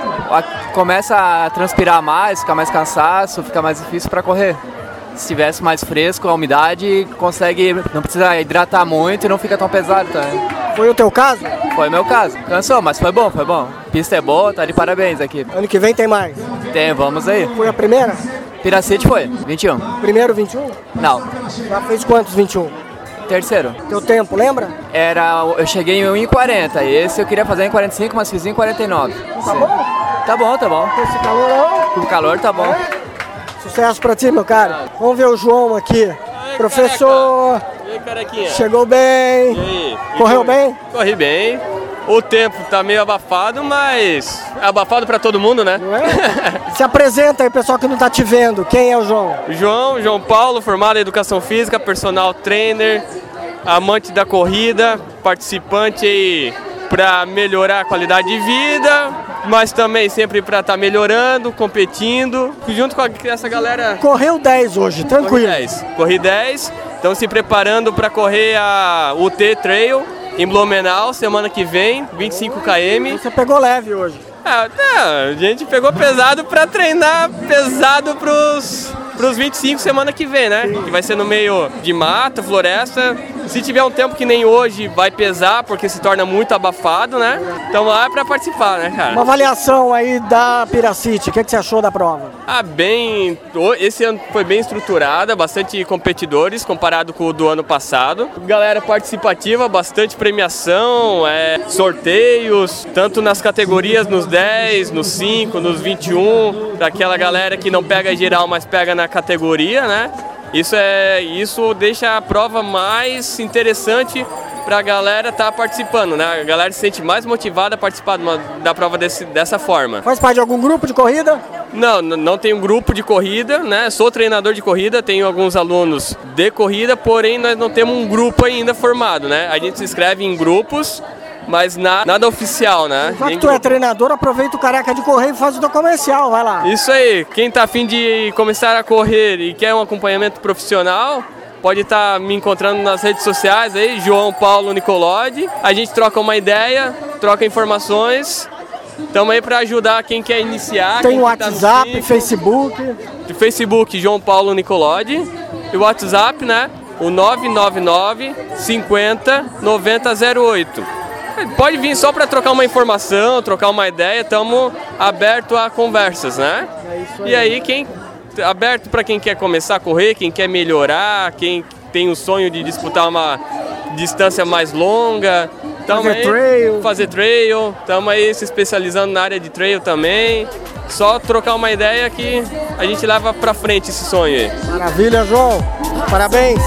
Começa a transpirar mais, fica mais cansaço, fica mais difícil para correr. Se tivesse mais fresco, a umidade consegue, não precisa hidratar muito e não fica tão pesado também. Foi o teu caso? Foi o meu caso. Cansou, mas foi bom, foi bom. Pista é boa, tá de parabéns aqui. Ano que vem tem mais? Tem, vamos aí. Foi a primeira? Piracite foi, vinte e um. Primeiro vinte e um? Não. Já fez quantos vinte e um? Terceiro. Teu tempo, lembra? Era, eu cheguei em um e quarenta, esse eu queria fazer em quarenta e cinco, mas fiz em quarenta e nove. Tá bom? Tá bom, tá bom. Com esse calor não? Com o calor tá bom. É? Sucesso pra ti, meu cara. Vamos ver o João aqui. Aí, professor. E aí, carequinha? Chegou bem. E aí? Correu bem? Corri bem. O tempo tá meio abafado, mas é abafado pra todo mundo, né? Não é? Se apresenta aí, pessoal que não tá te vendo. Quem é o João? João, João Paulo, formado em Educação Física, personal trainer, amante da corrida, participante aí para melhorar a qualidade de vida, mas também sempre para estar tá melhorando, competindo, junto com essa galera. Correu dez hoje, tranquilo. Corri dez, corri dez, estão se preparando para correr a U T Trail em Blumenau, semana que vem, vinte e cinco quilômetros. Você pegou leve hoje. Ah, não, a gente pegou pesado para treinar pesado pros, pros vinte e cinco semana que vem, né? Que vai ser no meio de mata, floresta. Se tiver um tempo que nem hoje, vai pesar, porque se torna muito abafado, né? Então lá é pra participar, né, cara? Uma avaliação aí da Piracite, o que, que você achou da prova? Ah, bem... Esse ano foi bem estruturada, bastante competidores comparado com o do ano passado. Galera participativa, bastante premiação, é, sorteios, tanto nas categorias nos dez, nos cinco, nos vinte e um, daquela galera que não pega geral, mas pega na categoria, né? Isso, é, isso deixa a prova mais interessante para a galera estar tá participando, né? A galera se sente mais motivada a participar de uma, da prova desse, dessa forma. Faz parte de algum grupo de corrida? Não, não tenho um grupo de corrida, né? Sou treinador de corrida, tenho alguns alunos de corrida, porém nós não temos um grupo ainda formado, né? A gente se inscreve em grupos, mas na, nada oficial, né? Já que tu é treinador, aproveita o Careca de Correr e faz o teu comercial, vai lá. Isso aí, quem tá afim de começar a correr e quer um acompanhamento profissional, pode estar tá me encontrando nas redes sociais aí, João Paulo Nicolodi. A gente troca uma ideia, troca informações. Estamos aí para ajudar quem quer iniciar. Tem o WhatsApp, tá Facebook. Facebook, João Paulo Nicolodi. E o WhatsApp, né? O nove nove nove, cinquenta, noventa zero oito. Pode vir só para trocar uma informação, trocar uma ideia, estamos abertos a conversas, né? É isso aí. E aí, quem aberto para quem quer começar a correr, quem quer melhorar, quem tem o sonho de disputar uma distância mais longa, fazer aí, trail, fazer trail, estamos aí se especializando na área de trail também. Só trocar uma ideia que a gente leva para frente esse sonho aí. Maravilha, João. Parabéns.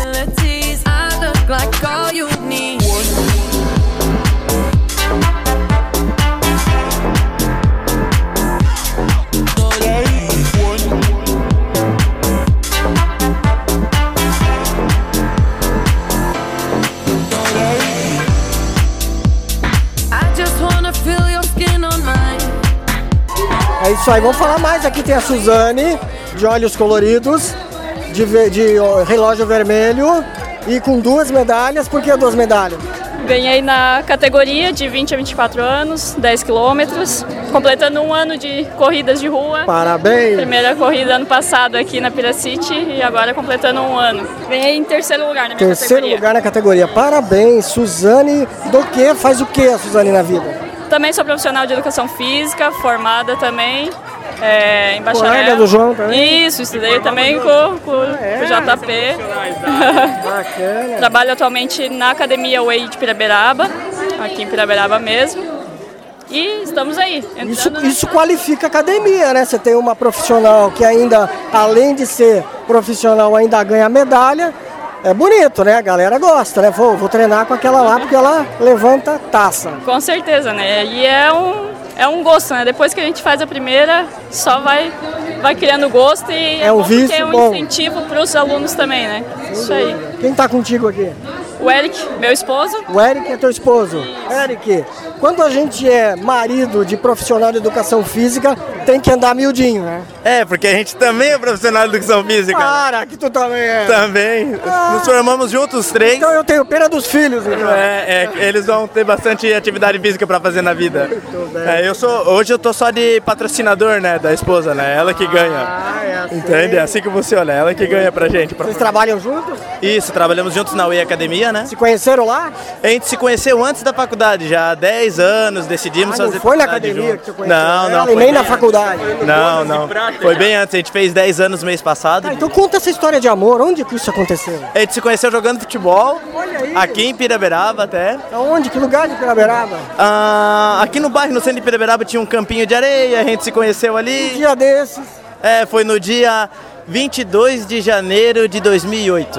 É isso aí, vamos falar mais. Aqui tem a Suzane, de olhos coloridos, de, de relógio vermelho e com duas medalhas. Por que duas medalhas? Ganhei na categoria de vinte a vinte e quatro anos, dez quilômetros, completando um ano de corridas de rua. Parabéns! Primeira corrida ano passado aqui na Piracite e agora completando um ano. Ganhei em terceiro lugar na minha terceiro categoria. lugar na categoria. Parabéns, Suzane. Do que? Faz o que a Suzane na vida? Também sou profissional de educação física, formada também, é, em bacharel. Colega do João também? Isso, estudei também com, com, ah, é? com o J P. Bacana. Trabalho atualmente na Academia Way de Piraberaba, aqui em Piraberaba mesmo. E estamos aí. Isso, isso qualifica a academia, né? Você tem uma profissional que ainda, além de ser profissional, ainda ganha medalha. É bonito, né? A galera gosta, né? Vou, vou treinar com aquela lá porque ela levanta taça. Com certeza, né? E é um, é um gosto, né? Depois que a gente faz a primeira, só vai, vai criando gosto e é um vício, é um bom. incentivo para os alunos também, né? Isso aí. Quem tá contigo aqui? O Eric, meu esposo. O Eric é teu esposo. Isso. Eric, quando a gente é marido de profissional de educação física, tem que andar miudinho, né? É, porque a gente também é profissional de educação física. Para, que tu também é. Também. Ah. Nos formamos juntos os três. Então eu tenho pena dos filhos, então. É, é eles vão ter bastante atividade física pra fazer na vida. Muito bem. É, eu sou, hoje eu tô só de patrocinador, né, da esposa, né? Ela que ganha. Ah, é assim. Entende? É assim que funciona, ela que ganha pra gente. Pra Vocês trabalham juntos? Isso, trabalhamos juntos na Way Academia, né? Se conheceram lá? A gente se conheceu antes da faculdade, já há dez anos, decidimos ah, fazer não foi na academia juntos. que você conheceu? Não, não. E nem na faculdade? Não, não. Foi bem antes, a gente fez dez anos mês passado. Ah, então conta essa história de amor, onde que isso aconteceu? A gente se conheceu jogando futebol, aqui em Piraberaba até. Aonde? Que lugar de Piraberaba? Ah, aqui no bairro, no centro de Piraberaba, tinha um campinho de areia, a gente se conheceu ali. Um dia desses? É, foi no dia vinte e dois de janeiro de dois mil e oito.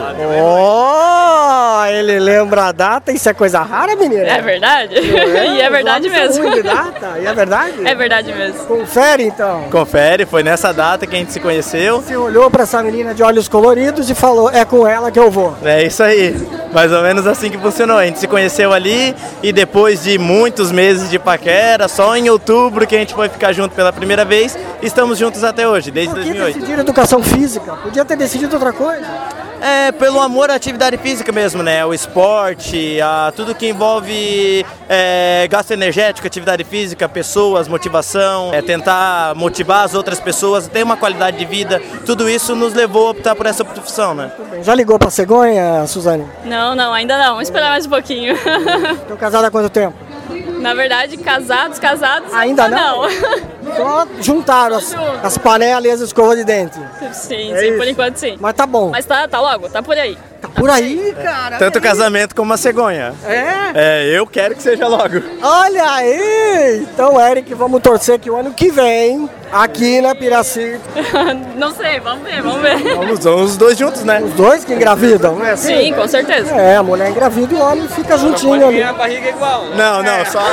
Oh, ele lembra a data, isso é coisa rara, menina? É verdade. É? E é verdade mesmo. De data? E é verdade? É verdade mesmo. Confere então. Confere, foi nessa data que a gente se conheceu. Você olhou pra essa menina de olhos coloridos e falou, é com ela que eu vou. É isso aí, mais ou menos assim que funcionou. A gente se conheceu ali e depois de muitos meses de paquera, só em outubro que a gente foi ficar junto pela primeira vez, estamos juntos até hoje, desde dois mil e oito. Por que decidir educação física? Podia ter decidido outra coisa. É, pelo amor à atividade física mesmo, né? O esporte, a, tudo que envolve é, gasto energético, atividade física, pessoas, motivação, é, tentar motivar as outras pessoas, ter uma qualidade de vida, tudo isso nos levou a optar por essa profissão, né? Já ligou pra cegonha, Suzane? Não, não, ainda não. Vamos esperar mais um pouquinho. Estão casados há quanto tempo? Na verdade, casados, casados... Ainda não? não. Só juntaram as, as panelas e as escovas de dente. Sim, é sim, isso. Por enquanto sim. Mas tá bom. Mas tá, tá logo, tá por aí. Tá por aí, cara. Tanto o casamento como a cegonha. É? É, eu quero que seja logo. Olha aí! Então, Eric, vamos torcer que o ano que vem, aqui na Piracicaba... Não sei, vamos ver, vamos ver. Vamos, vamos os dois juntos, né? Os dois que engravidam, não é assim? Sim, com certeza. É, a mulher engravida e o homem fica juntinho ali. A barriga é igual, né? Não, não, só...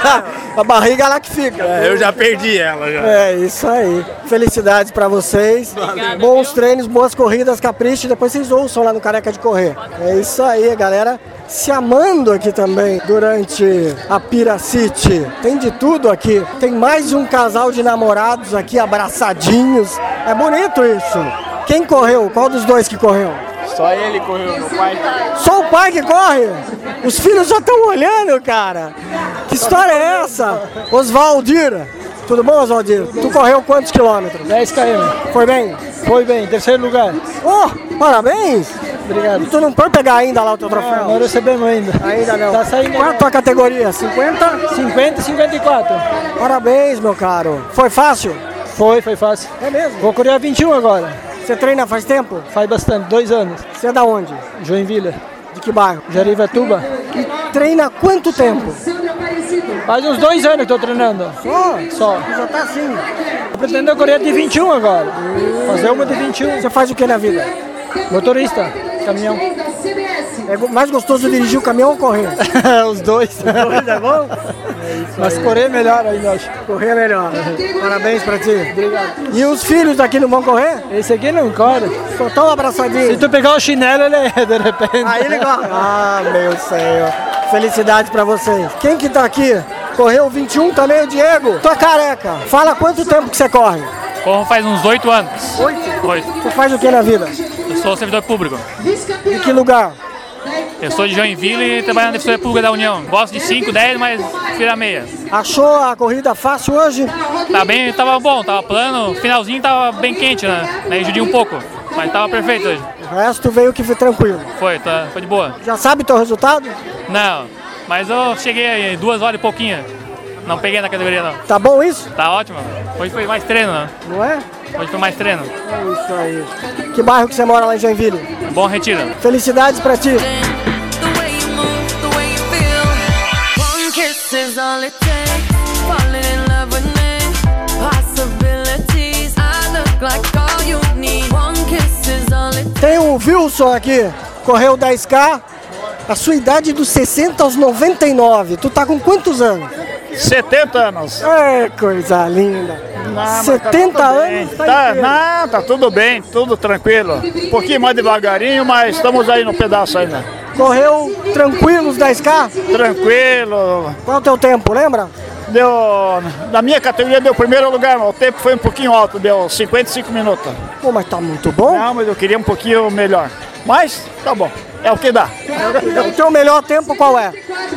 a barriga é lá que fica. É, eu já perdi ela, já. É, isso aí. Felicidades pra vocês. Obrigada, Bons viu? treinos, boas corridas, capricho. Depois vocês ouçam lá no Careca de Correr. É isso aí, galera. Se amando aqui também durante a Piracity. Tem de tudo aqui. Tem mais de um casal de namorados aqui abraçadinhos. É bonito isso. Quem correu? Qual dos dois que correu? Só ele correu, meu pai. Só o pai que corre? Os filhos já estão olhando, cara. Que história é essa? Oswaldira. Tudo bom, Oswaldira? Tu correu quantos quilômetros? dez quilômetros. Foi bem? Foi bem, terceiro lugar. Oh, parabéns! Obrigado. E tu não pode pegar ainda lá o teu troféu? Não, não recebemos ainda. Ainda não. Tá saindo. Qual é a tua categoria? cinquenta? cinquenta e cinquenta e quatro. Parabéns, meu caro. Foi fácil? Foi, foi fácil. É mesmo? Vou correr a vinte e um agora. Você treina faz tempo? Faz bastante, dois anos. Você é da onde? Joinville. De que bairro? Jarivatuba. E treina há quanto tempo? Faz uns dois anos que estou treinando. Só? Só. Já tá assim. Eu pretendo correr de vinte e um agora. Fazer uma de vinte e um. Você faz o que na vida? Motorista, caminhão. É mais gostoso dirigir o caminhão ou correr? Os dois. Os dois, é bom? É Mas aí. Correr é melhor ainda, acho. Correr é melhor. Parabéns pra ti. Obrigado. E os filhos daqui não vão correr? Esse aqui não corre. Só tão abraçadinho. Se tu pegar o chinelo, ele é, de repente. Aí ele corre. Ah, meu Senhor. Felicidades pra vocês. Quem que tá aqui? Correu vinte e um também, o Diego. Tô careca. Fala quanto tempo que você corre? Corro faz uns oito anos. Oito? Oito. Tu faz o que na vida? Eu sou servidor público. Em que lugar? Eu sou de Joinville e trabalho na Defensoria Pública da União. Gosto de cinco, dez, mas tira meia. Achou a corrida fácil hoje? Tá bem, tava bom, tava plano. Finalzinho tava bem quente, né? Aí judia um pouco, mas tava perfeito hoje. O resto veio que foi tranquilo. Foi, tá, foi de boa. Já sabe teu resultado? Não, mas eu cheguei aí duas horas e pouquinho. Não peguei na categoria, não. Tá bom isso? Tá ótimo. Hoje foi mais treino, né? Não é? Hoje foi mais treino. É isso aí. Que bairro que você mora lá em Joinville? Bom Retiro. Felicidades pra ti. One kiss is all it takes. Falling in love with me. Possibilities. I look like all you need. One kiss is all it takes. Tem o Wilson aqui, correu dez K. A sua idade dos sessenta aos noventa e nove. Tu tá com quantos anos? setenta anos. É, coisa linda. Não, setenta tá anos, tá, tá Não, tá tudo bem, tudo tranquilo. Um pouquinho mais devagarinho, mas estamos aí no pedaço ainda. Correu tranquilo os dez K? Tranquilo. Qual é o teu tempo, lembra? Deu, na minha categoria deu primeiro lugar, mas o tempo foi um pouquinho alto, deu cinquenta e cinco minutos. Pô, mas tá muito bom. Não, mas eu queria um pouquinho melhor. Mas tá bom, é o que dá. O teu melhor tempo qual é?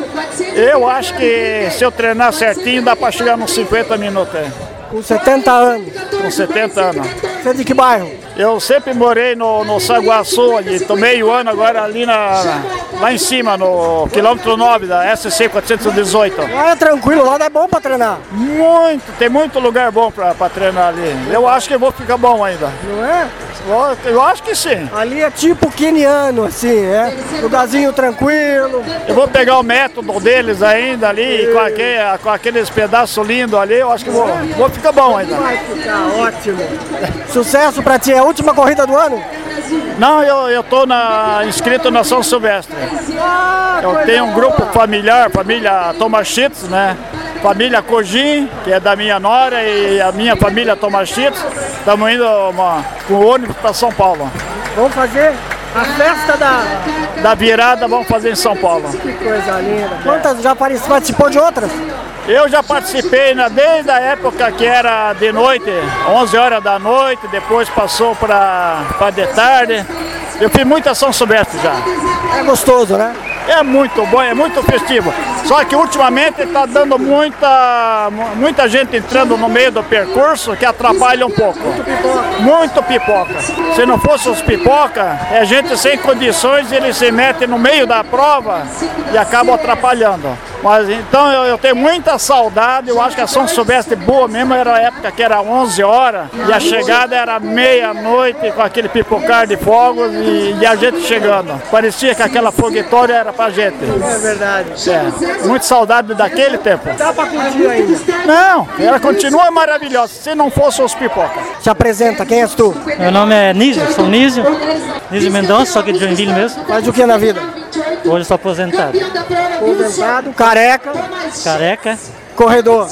Eu acho que se eu treinar certinho dá pra chegar nos cinquenta minutos. É. Com setenta anos? Com setenta anos. Você é de que bairro? Eu sempre morei no, no Saguaçu, ali, tô meio ano agora ali na, lá em cima, no quilômetro nove da S C quatrocentos e dezoito. Lá é tranquilo, lá é bom pra treinar? Muito, tem muito lugar bom pra, pra treinar ali. Eu acho que eu vou ficar bom ainda. Não é? Eu, eu acho que sim. Ali é tipo queniano, assim, é? Lugarzinho tranquilo. Eu vou pegar o método deles ainda ali, com, aquele, com aqueles pedaços lindos ali, eu acho que vou, vou ficar bom ainda. Vai ficar ótimo. Sucesso pra ti, é a última corrida do ano? Não, eu, eu tô na, inscrito na São Silvestre. Ah, eu tenho um grupo familiar, família Tomachitz, né? Família Cojim, que é da minha nora, e a minha família Tomachitz. Estamos indo uma, com o ônibus para São Paulo. Vamos fazer a festa da... da virada, vamos fazer em São Paulo. Que coisa linda. Quantas já participou de outras? Eu já participei né, desde a época que era de noite, onze horas da noite, depois passou para de tarde. Eu fiz muita São Silvestre já. É gostoso, né? É muito bom, é muito festivo. Só que ultimamente está dando muita, muita gente entrando no meio do percurso que atrapalha um pouco. Muito pipoca. Muito pipoca. Se não fosse os pipoca, é gente sem condições, eles se metem no meio da prova e acabam atrapalhando. Mas então eu, eu tenho muita saudade, eu acho que a São Silvestre boa mesmo era a época que era onze horas e a chegada era meia-noite com aquele pipocar de fogos e, e a gente chegando. Parecia que aquela foguetória era pra gente. É verdade. É, muita saudade daquele tempo. Dá pra curtir ainda? Não, ela continua maravilhosa, se não fosse os pipoca. Se apresenta, quem és tu? Meu nome é Nísio, sou Nísio, Nísio Mendonça, só que de Joinville mesmo. Faz o que na vida? Hoje eu sou aposentado. Aposentado, careca. Careca. Corredor.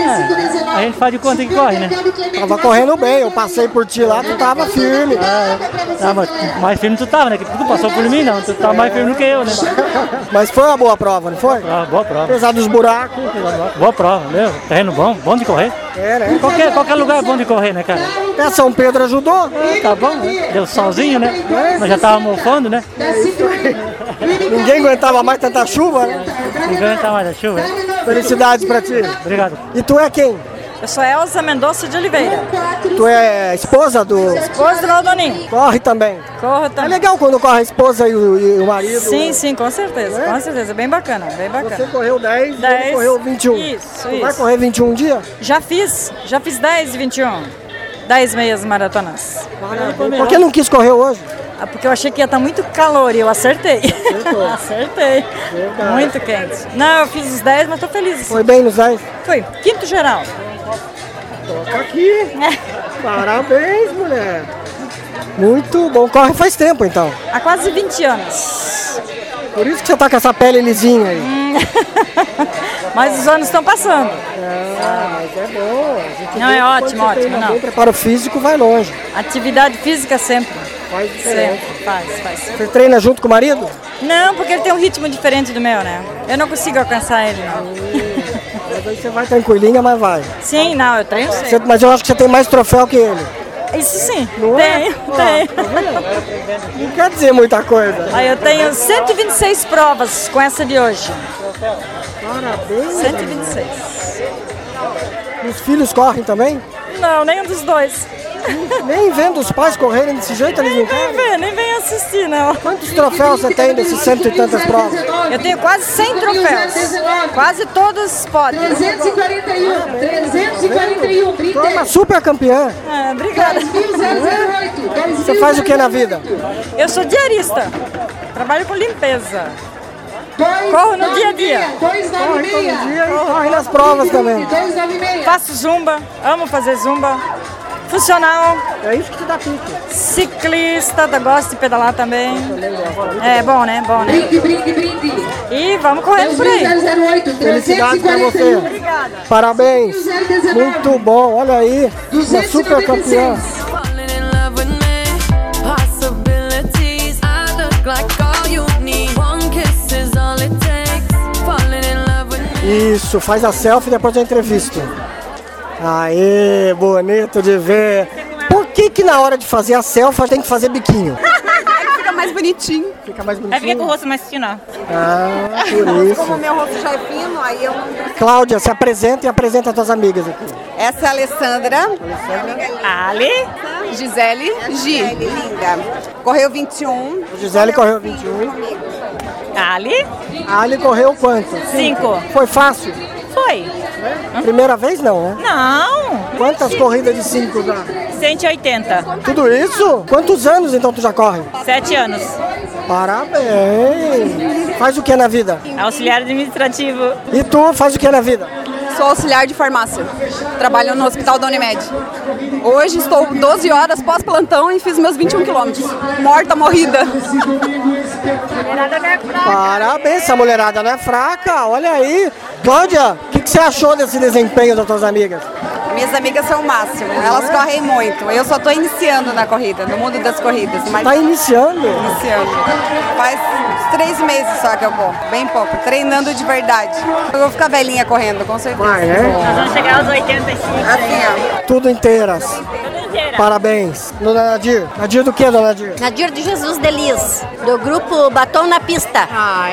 É, a gente faz de conta que corre, né? Tava correndo bem, eu passei por ti lá, tu tava firme. Ah, é. ah, mas mais firme tu tava, né? Que tu passou por mim, não. Tu tava mais firme do que eu, né? Mas foi uma boa prova, não foi? Ah, boa prova. Apesar dos buracos. Boa prova, meu. Terreno bom, bom de correr. É, né? Qualquer, qualquer lugar é bom de correr, né, cara? Até São Pedro ajudou. Ah, tá bom, né? Deu solzinho, né? É. Nós já tava mofando, né? É isso aí. Ninguém aguentava mais tanta chuva, né? Ninguém aguentava mais a chuva, né? Felicidades pra ti. Obrigado. E tu é quem? Eu sou Elza Mendonça de Oliveira. Tu é esposa do... Esposa do Valdoninho. Corre também. Corro também. É legal quando corre a esposa e o, e o marido. Sim, sim, com certeza, é? com certeza. Bem bacana, bem bacana. Você correu dez, dez ele correu vinte e um. Isso, tu isso. Vai correr vinte e um dias? Já fiz, já fiz dez e vinte e um. dez meias maratonas. Parabéns. Por que não quis correr hoje? Ah, porque eu achei que ia estar muito calor e eu acertei. Acertei. Verdade. Muito quente. Não, eu fiz os dez, mas tô feliz. Foi bem nos dez? Foi. Quinto geral. Toca aqui. É. Parabéns, mulher. Muito bom. Corre faz tempo, então. Há quase vinte anos. Por isso que você tá com essa pele lisinha aí. Hum. Mas os anos estão passando. Ah, mas é bom. A gente não, é ótimo, ótimo. Não. O preparo físico vai longe. Atividade física sempre. Faz diferença. Sempre, faz, faz. Você treina junto com o marido? Não, porque ele tem um ritmo diferente do meu, né? Eu não consigo alcançar ele, não. Mas aí você vai tranquilinha, mas vai. Sim, não, eu treino sim. Você, mas eu acho que você tem mais troféu que ele. Isso sim, não tenho, é? tenho. Ah, não quer dizer muita coisa. Aí eu tenho cento e vinte e seis provas com essa de hoje. Parabéns. cento e vinte e seis. Os filhos correm também? Não, nenhum dos dois. Nem vendo os pais correrem desse jeito, eles não querem? Nem vem, nem vem assistir, não. Quantos troféus você tem desses cento e tantas provas? Eu tenho quase cem troféus. Quase todos podem. trezentos e quarenta e um, trezentos e quarenta e um. Tu é uma super campeã. Ah, obrigada. Você faz o que na vida? Eu sou diarista. Trabalho com limpeza. Corro no dia a dia. Corre todo dia e corre nas provas também. Faço zumba, amo fazer zumba. Funcional. É isso que te dá pique. Ciclista, gosto de pedalar também. É bom, né? Bom, né? Brinde, brinde, brinde. E vamos correndo por aí. Felicidades pra você. Obrigada. Parabéns. Muito bom. Olha aí, uma super campeã. Isso, faz a selfie depois da entrevista. Aê, bonito de ver. Por que que na hora de fazer a selfie tem que fazer biquinho? Fica mais bonitinho. Fica mais Aí bonitinho? fica com o rosto mais fino, ó. Ah, por isso. Como meu rosto já é fino, aí eu não... Cláudia, se apresenta e apresenta as tuas amigas aqui. Essa é a Alessandra. Ali. Gisele. Gi. Linda. Correu vinte e um. A Gisele correu vinte e um. Ali. A Ali correu quanto? Cinco. Foi fácil? Foi. Primeira vez não, né? Não. Quantas corridas de cinco já? cento e oitenta. Tudo isso? Quantos anos então tu já corre? Sete anos. Parabéns! Faz o que na vida? Auxiliar administrativo. E tu faz o que na vida? Sou auxiliar de farmácia. Trabalho no hospital da Unimed. Hoje estou doze horas pós-plantão e fiz meus vinte e um quilômetros. Morta, morrida. Parabéns, essa mulherada não é fraca, olha aí. Cláudia, o que, que você achou desse desempenho das tuas amigas? Minhas amigas são o máximo, elas correm muito. Eu só estou iniciando na corrida, no mundo das corridas. Mas... Tá iniciando? Iniciando. Faz uns três meses só que eu corro, bem pouco, treinando de verdade. Eu vou ficar velhinha correndo, com certeza. Vai, né? Nós vamos chegar aos oitenta e cinco. Assim, ó. Tudo inteiras. Parabéns. Dona Nadir. Nadir do que, Dona Nadir? Nadir de Jesus Delis, do grupo Batom na Pista.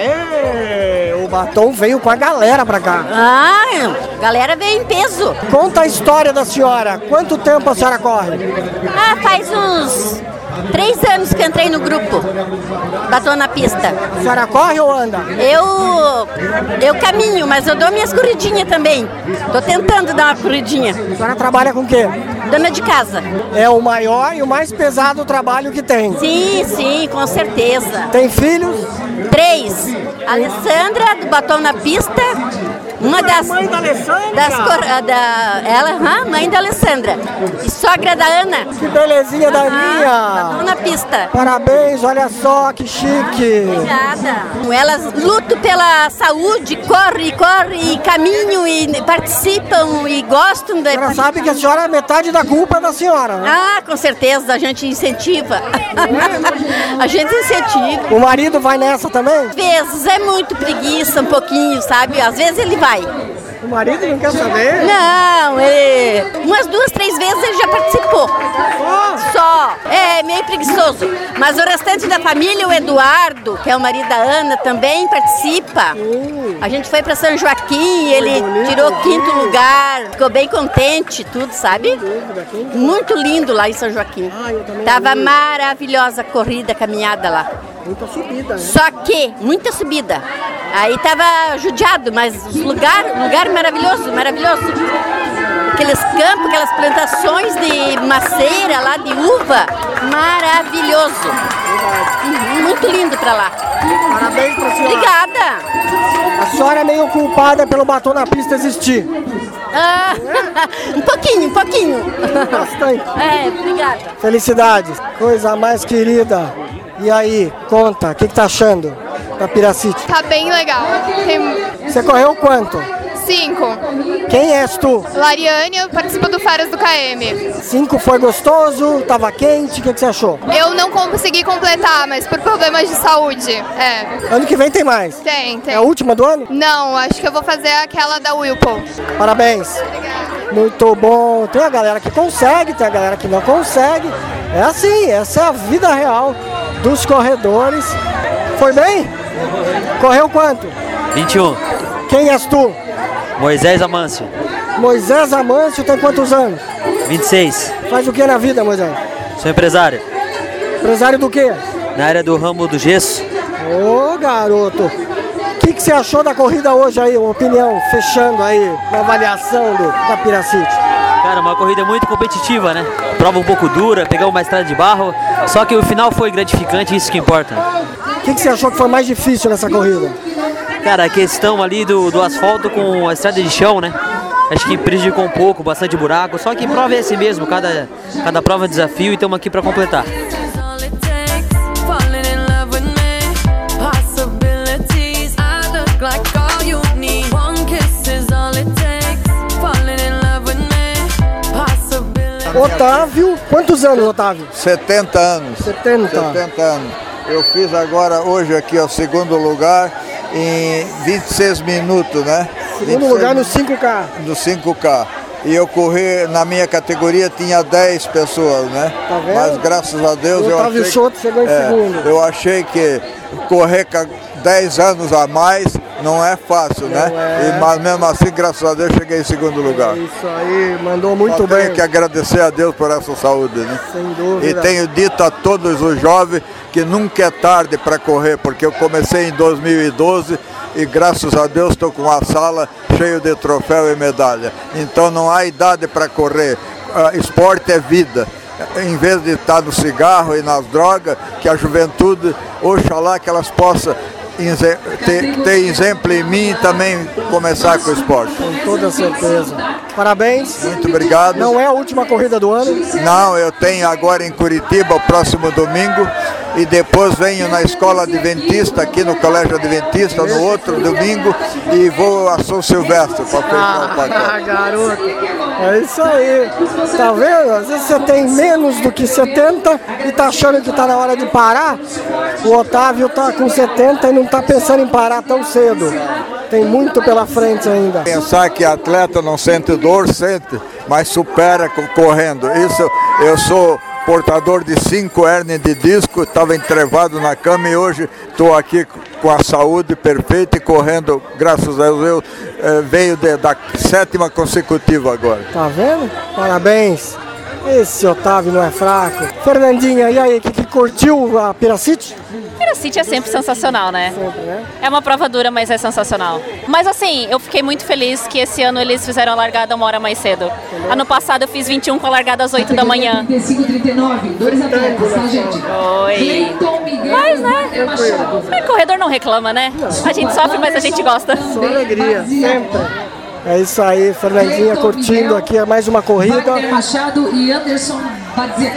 Aê! O Batom veio com a galera pra cá. Ah, galera veio em peso. Conta a história da senhora. Quanto tempo a senhora corre? Ah, faz uns três anos que entrei no grupo Batom na Pista. A senhora corre ou anda? Eu, eu caminho, mas eu dou minhas corridinhas também. Tô tentando dar uma corridinha. A senhora trabalha com o quê? Dona de casa. É o maior e o mais pesado trabalho que tem. Sim, sim, com certeza. Tem filhos? Três. Alessandra, do Batom na Pista. Uma das. Mãe da Alessandra? Das cor, da, ela, hum, mãe da Alessandra. E sogra da Ana. Que belezinha da Aninha. Batom na Pista. Parabéns, olha só que chique. Obrigada. Elas lutam pela saúde, correm, correm, e caminham e participam e gostam. A senhora sabe que a senhora, metade da culpa é da senhora, né? Ah, com certeza, a gente incentiva. A gente incentiva. O marido vai nessa também? Às vezes é muito preguiça, um pouquinho, sabe? Às vezes ele vai. O marido não quer saber? Não, ele... umas duas, três vezes ele já participou. Oh. Só. É meio preguiçoso. Mas o restante da família, o Eduardo, que é o marido da Ana, também participa. Uh. A gente foi para São Joaquim, ele tirou quinto lugar, ficou bem contente, tudo, sabe? Muito lindo lá em São Joaquim. Tava maravilhosa a corrida, a caminhada lá. Muita subida, né? Só que, muita subida. Aí tava judiado, mas os lugar, lugar maravilhoso, maravilhoso. Aqueles campos, aquelas plantações de macieira lá, de uva, maravilhoso. Uhum, muito lindo pra lá. Parabéns pra senhora. Obrigada. A senhora é meio culpada pelo Batom na Pista existir. Ah, um pouquinho, um pouquinho. Bastante. É, obrigada. Felicidades. Coisa mais querida. E aí, conta, o que, que tá achando da Piracity? Tá bem legal. Tem... Você correu quanto? Cinco. Quem és tu? Lariane, eu participo do Férias do K M. Cinco foi gostoso, tava quente, o que, que você achou? Eu não consegui completar, mas por problemas de saúde, é. Ano que vem tem mais? Tem, tem. É a última do ano? Não, acho que eu vou fazer aquela da Wilpol. Parabéns. Obrigada. Muito bom. Tem a galera que consegue, tem a galera que não consegue. É assim, essa é a vida real dos corredores. Foi bem? Correu quanto? vinte e um. Quem és tu? Moisés Amâncio. Moisés Amâncio tem quantos anos? vinte e seis. Faz o que na vida, Moisés? Sou empresário. Empresário do quê? Na área do ramo do gesso. Ô, garoto. O que, que você achou da corrida hoje aí? Uma opinião, fechando aí, na avaliação do, da Piracite. Cara, uma corrida muito competitiva, né? Prova um pouco dura, pegar uma estrada de barro, só que o final foi gratificante, isso que importa. O que, que você achou que foi mais difícil nessa corrida? Cara, a questão ali do, do asfalto com a estrada de chão, né? Acho que prejudicou um pouco, bastante buraco, só que prova é assim mesmo, cada, cada prova é um desafio e estamos aqui para completar. Otávio, quantos anos, Otávio? setenta anos. setenta. setenta anos. Eu fiz agora, hoje aqui, o segundo lugar em vinte e seis minutos, né? Segundo lugar no cinco K. No cinco K. E eu corri, na minha categoria tinha dez pessoas, né? Tá vendo? Mas graças a Deus o eu Otávio achei... Souto chegou em é, segundo. Eu achei que correr com dez anos a mais não é fácil, não né? É. E, mas mesmo assim, graças a Deus, cheguei em segundo lugar. Isso aí, mandou muito Só bem. Tenho que agradecer a Deus por essa saúde, né? Sem dúvida. E tenho dito a todos os jovens que nunca é tarde para correr, porque eu comecei em dois mil e doze e graças a Deus estou com uma sala cheia de troféu e medalha. Então não há idade para correr. Uh, esporte é vida. Em vez de estar no cigarro e nas drogas, que a juventude, oxalá que elas possam ter, ter exemplo em mim e também começar com o esporte. Com toda certeza. Parabéns. Muito obrigado. Não é a última corrida do ano? Não, eu tenho agora em Curitiba, o próximo domingo, e depois venho na Escola Adventista, aqui no Colégio Adventista, no outro domingo, e vou a São Silvestre para fechar ah, o pacote. Ah, garoto, é isso aí. Tá vendo? Às vezes você tem menos do que setenta e tá achando que tá na hora de parar. O Otávio tá com setenta e não tá pensando em parar tão cedo. Tem muito pela frente ainda. Pensar que atleta não sente dor, sente, mas supera correndo. Isso, eu sou portador de cinco hérnias de disco, estava entrevado na cama e hoje estou aqui com a saúde perfeita e correndo, graças a Deus, eu eh, veio de, da sétima consecutiva agora. Tá vendo? Parabéns. Esse Otávio não é fraco. Fernandinha, e aí, que, que curtiu a Piracite? Piracite é sempre sensacional, né? Sempre, né? É uma prova dura, mas é sensacional. Mas assim, eu fiquei muito feliz que esse ano eles fizeram a largada uma hora mais cedo. Entendeu? Ano passado eu fiz vinte e um com a largada às oito da manhã. trinta e cinco, trinta e nove, dois atletas, tá, gente? Oi. Mas, né? O corredor não reclama, né? A gente sofre, mas a gente gosta. Só alegria, sempre. É isso aí, Fernandinha curtindo aqui mais uma corrida. Wagner Machado e Anderson Badziak.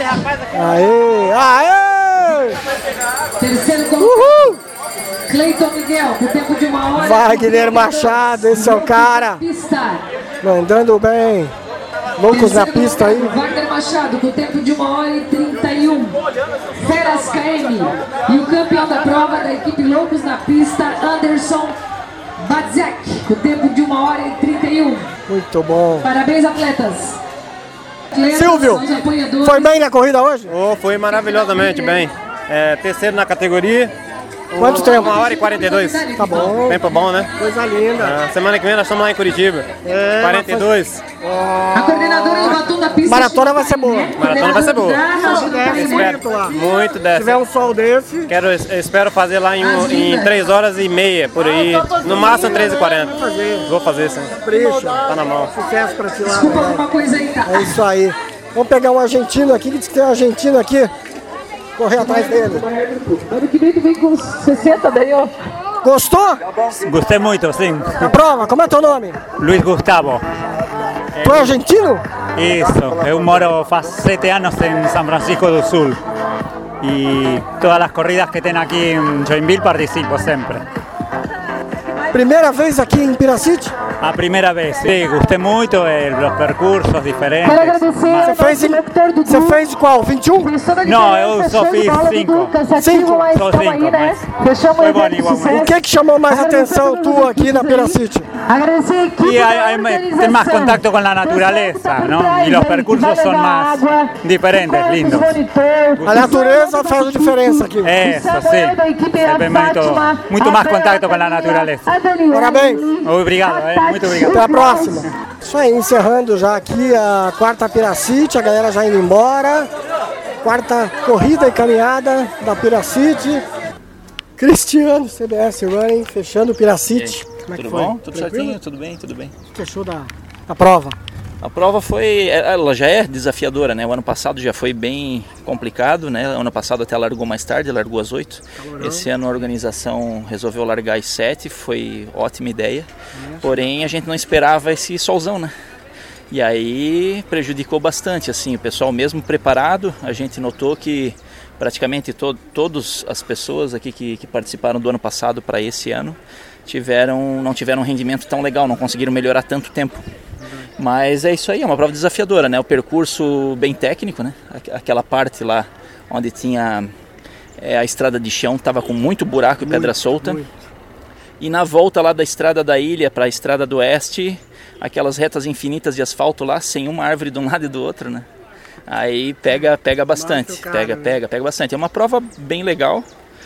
Aê, aê! Terceiro Uhul! Cleiton Miguel, por tempo de uma hora. Wagner Machado, esse é o cara. Mandando bem. Loucos na pista aí. Wagner Machado, com tempo de uma hora e trinta e um. Feras K M. E o campeão da prova da equipe Loucos na pista, Anderson Badziak, com tempo de uma hora e trinta e um. Muito bom. Parabéns, atletas. atletas Silvio, foi bem na corrida hoje? Oh, foi maravilhosamente bem. É, terceiro na categoria. Quanto tempo? Uma hora e quarenta e dois. Tá bom. Tempo bom, né? Coisa linda. Ah, semana que vem nós estamos lá em Curitiba. É, quarenta e dois. A coordenadora do batom da pista. Maratona vai ser boa. Maratona vai ser boa. Desce muito lá. Muito desce. Se tiver um sol desse. Quero, espero fazer lá em, um, em três horas e meia, por aí. No máximo três e quarenta. Vou fazer. Vou fazer, sim. Capricho. Tá na mão. Sucesso pra ti lá. Desculpa alguma coisa aí, tá? É isso aí. Vamos pegar um argentino aqui, que diz que tem um argentino aqui. Correr atrás dele. Ano que vem tu vem com sessenta daí, ó. Gostou? Gostei muito, sim. A prova, como é teu nome? Luiz Gustavo. Tu é argentino? Isso, eu moro faz sete anos em São Francisco do Sul. E todas as corridas que tem aqui em Joinville participo sempre. Primeira vez aqui em Piracite? A primeira vez, sim, gostei muito, eh, os percursos diferentes. Quero agradecer mas... Você fez, em... Você fez qual? vinte e um? Não, eu só fiz cinco. Cinco? Só cinco, mas foi bom igualmente. O que que chamou mais atenção tua aqui na Piracite? Agradecer Y hay, hay, tem más contacto con la naturaleza, ¿no? Y los percursos son más diferentes, lindos. A natureza faz a diferença aqui. Eso, sí. Se ve muito, muito mais contato com a natureza. Parabéns. Obrigado, eh? Muito obrigado. Até a próxima. Isso aí, encerrando já aqui a quarta Piracity, a galera já indo embora. Quarta corrida e caminhada da Piracity. Cristiano, C B S Running, fechando o Piracity. Como é tudo que foi? bom? Tudo Tranquilo? certinho? Tudo bem, tudo bem. O que achou da, da prova? A prova foi, ela já é desafiadora, né? O ano passado já foi bem complicado, né? O ano passado até largou mais tarde, largou às oito. Calorão. Esse ano a organização resolveu largar às sete, foi ótima ideia. É. Porém a gente não esperava esse solzão, né? E aí prejudicou bastante, assim, o pessoal mesmo preparado, a gente notou que praticamente to todas as pessoas aqui que, que participaram do ano passado para esse ano tiveram, não tiveram um rendimento tão legal, não conseguiram melhorar tanto tempo. Mas é isso aí, é uma prova desafiadora, né? O percurso bem técnico, né? Aquela parte lá onde tinha é, a estrada de chão, estava com muito buraco e pedra solta. Muito. E na volta lá da estrada da ilha para a estrada do oeste, aquelas retas infinitas de asfalto lá, sem uma árvore de um lado e do outro, né? Aí pega, pega bastante, pega, pega, pega bastante. É uma prova bem legal.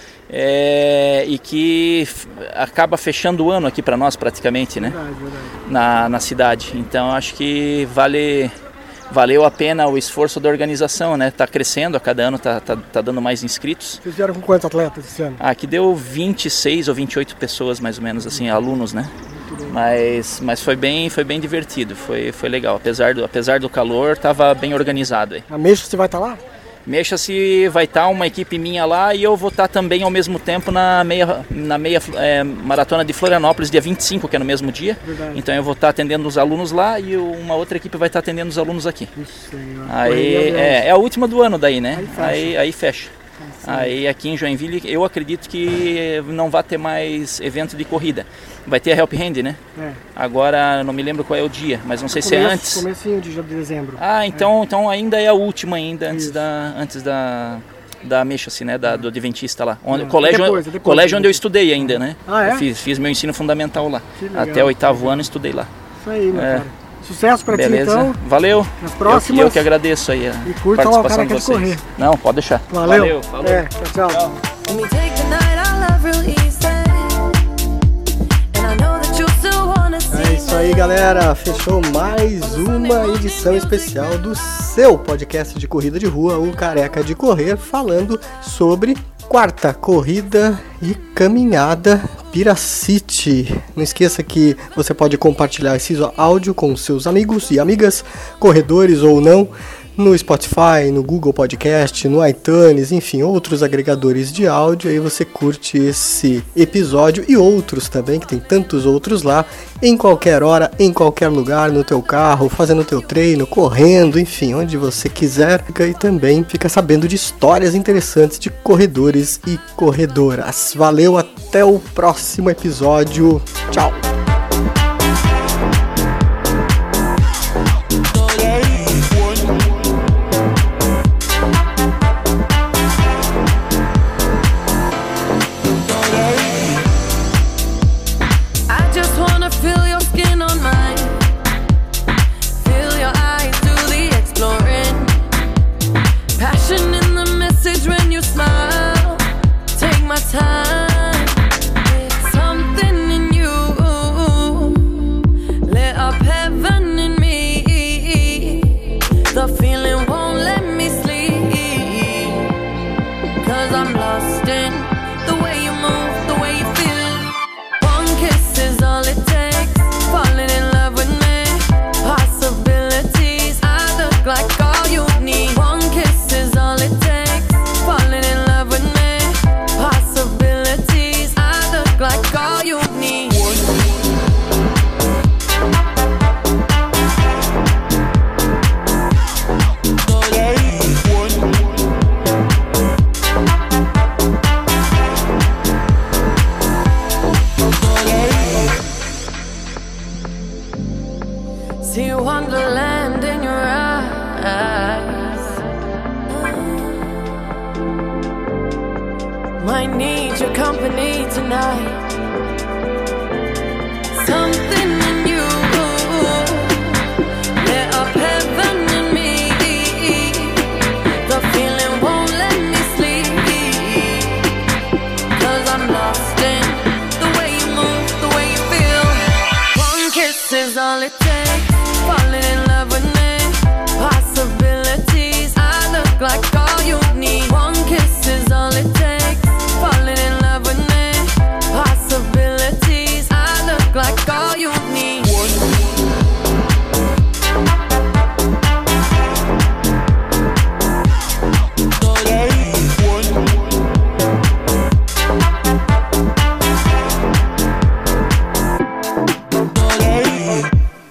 É, e que acaba fechando o ano aqui para nós praticamente, né? Verdade, verdade. Na, na cidade. Então acho que vale, valeu a pena o esforço da organização, né? Tá crescendo, a cada ano tá, tá, tá dando mais inscritos. Vocês vieram com quantos atletas esse ano? Ah, aqui deu vinte e seis ou vinte e oito pessoas mais ou menos, assim, alunos, né? Mas, mas foi bem, foi bem divertido, foi, foi legal. Apesar do, apesar do calor, estava bem organizado aí. A Mexa, você vai estar lá? Mexa-se vai estar uma equipe minha lá e eu vou estar também ao mesmo tempo na meia, na meia é, maratona de Florianópolis, dia vinte e cinco, que é no mesmo dia. Verdade. Então eu vou estar atendendo os alunos lá e uma outra equipe vai estar atendendo os alunos aqui. Isso aí, aí é, é a última do ano daí, né? Aí fecha. Aí, aí fecha. Aí aqui em Joinville eu acredito que não vai ter mais evento de corrida. Vai ter a Help Hand, né? É. Agora não me lembro qual é o dia, mas não sei começo, se é antes. Comecinho de dezembro. Ah, então, é. então ainda é a última ainda, antes Isso. da, antes da, da Mexa-se, né? Da, do Adventista lá. Onde, é. colégio depois, depois, colégio depois. Onde eu estudei ainda, né? Ah, é? Eu fiz, fiz meu ensino fundamental lá. Até o oitavo ano estudei lá. Isso aí, meu é. cara. Sucesso pra Beleza. ti então. Valeu. Nas próximas. Eu, eu que agradeço aí a e curta participação lá o cara de vocês. Correr. Não, pode deixar. Valeu. Valeu. Falou. É, tchau, tchau. É isso aí, galera. Fechou mais uma edição especial do seu podcast de corrida de rua, o Careca de Correr, falando sobre quarta corrida e caminhada Piracity. Não esqueça que você pode compartilhar esse áudio com seus amigos e amigas, corredores ou não, no Spotify, no Google Podcast, no iTunes, enfim, outros agregadores de áudio. Aí você curte esse episódio e outros também, que tem tantos outros lá, em qualquer hora, em qualquer lugar, no teu carro, fazendo o teu treino, correndo, enfim, onde você quiser. E também fica sabendo de histórias interessantes de corredores e corredoras. Valeu, até o próximo episódio. Tchau! See wonderland in your eyes. Might need your company tonight. Something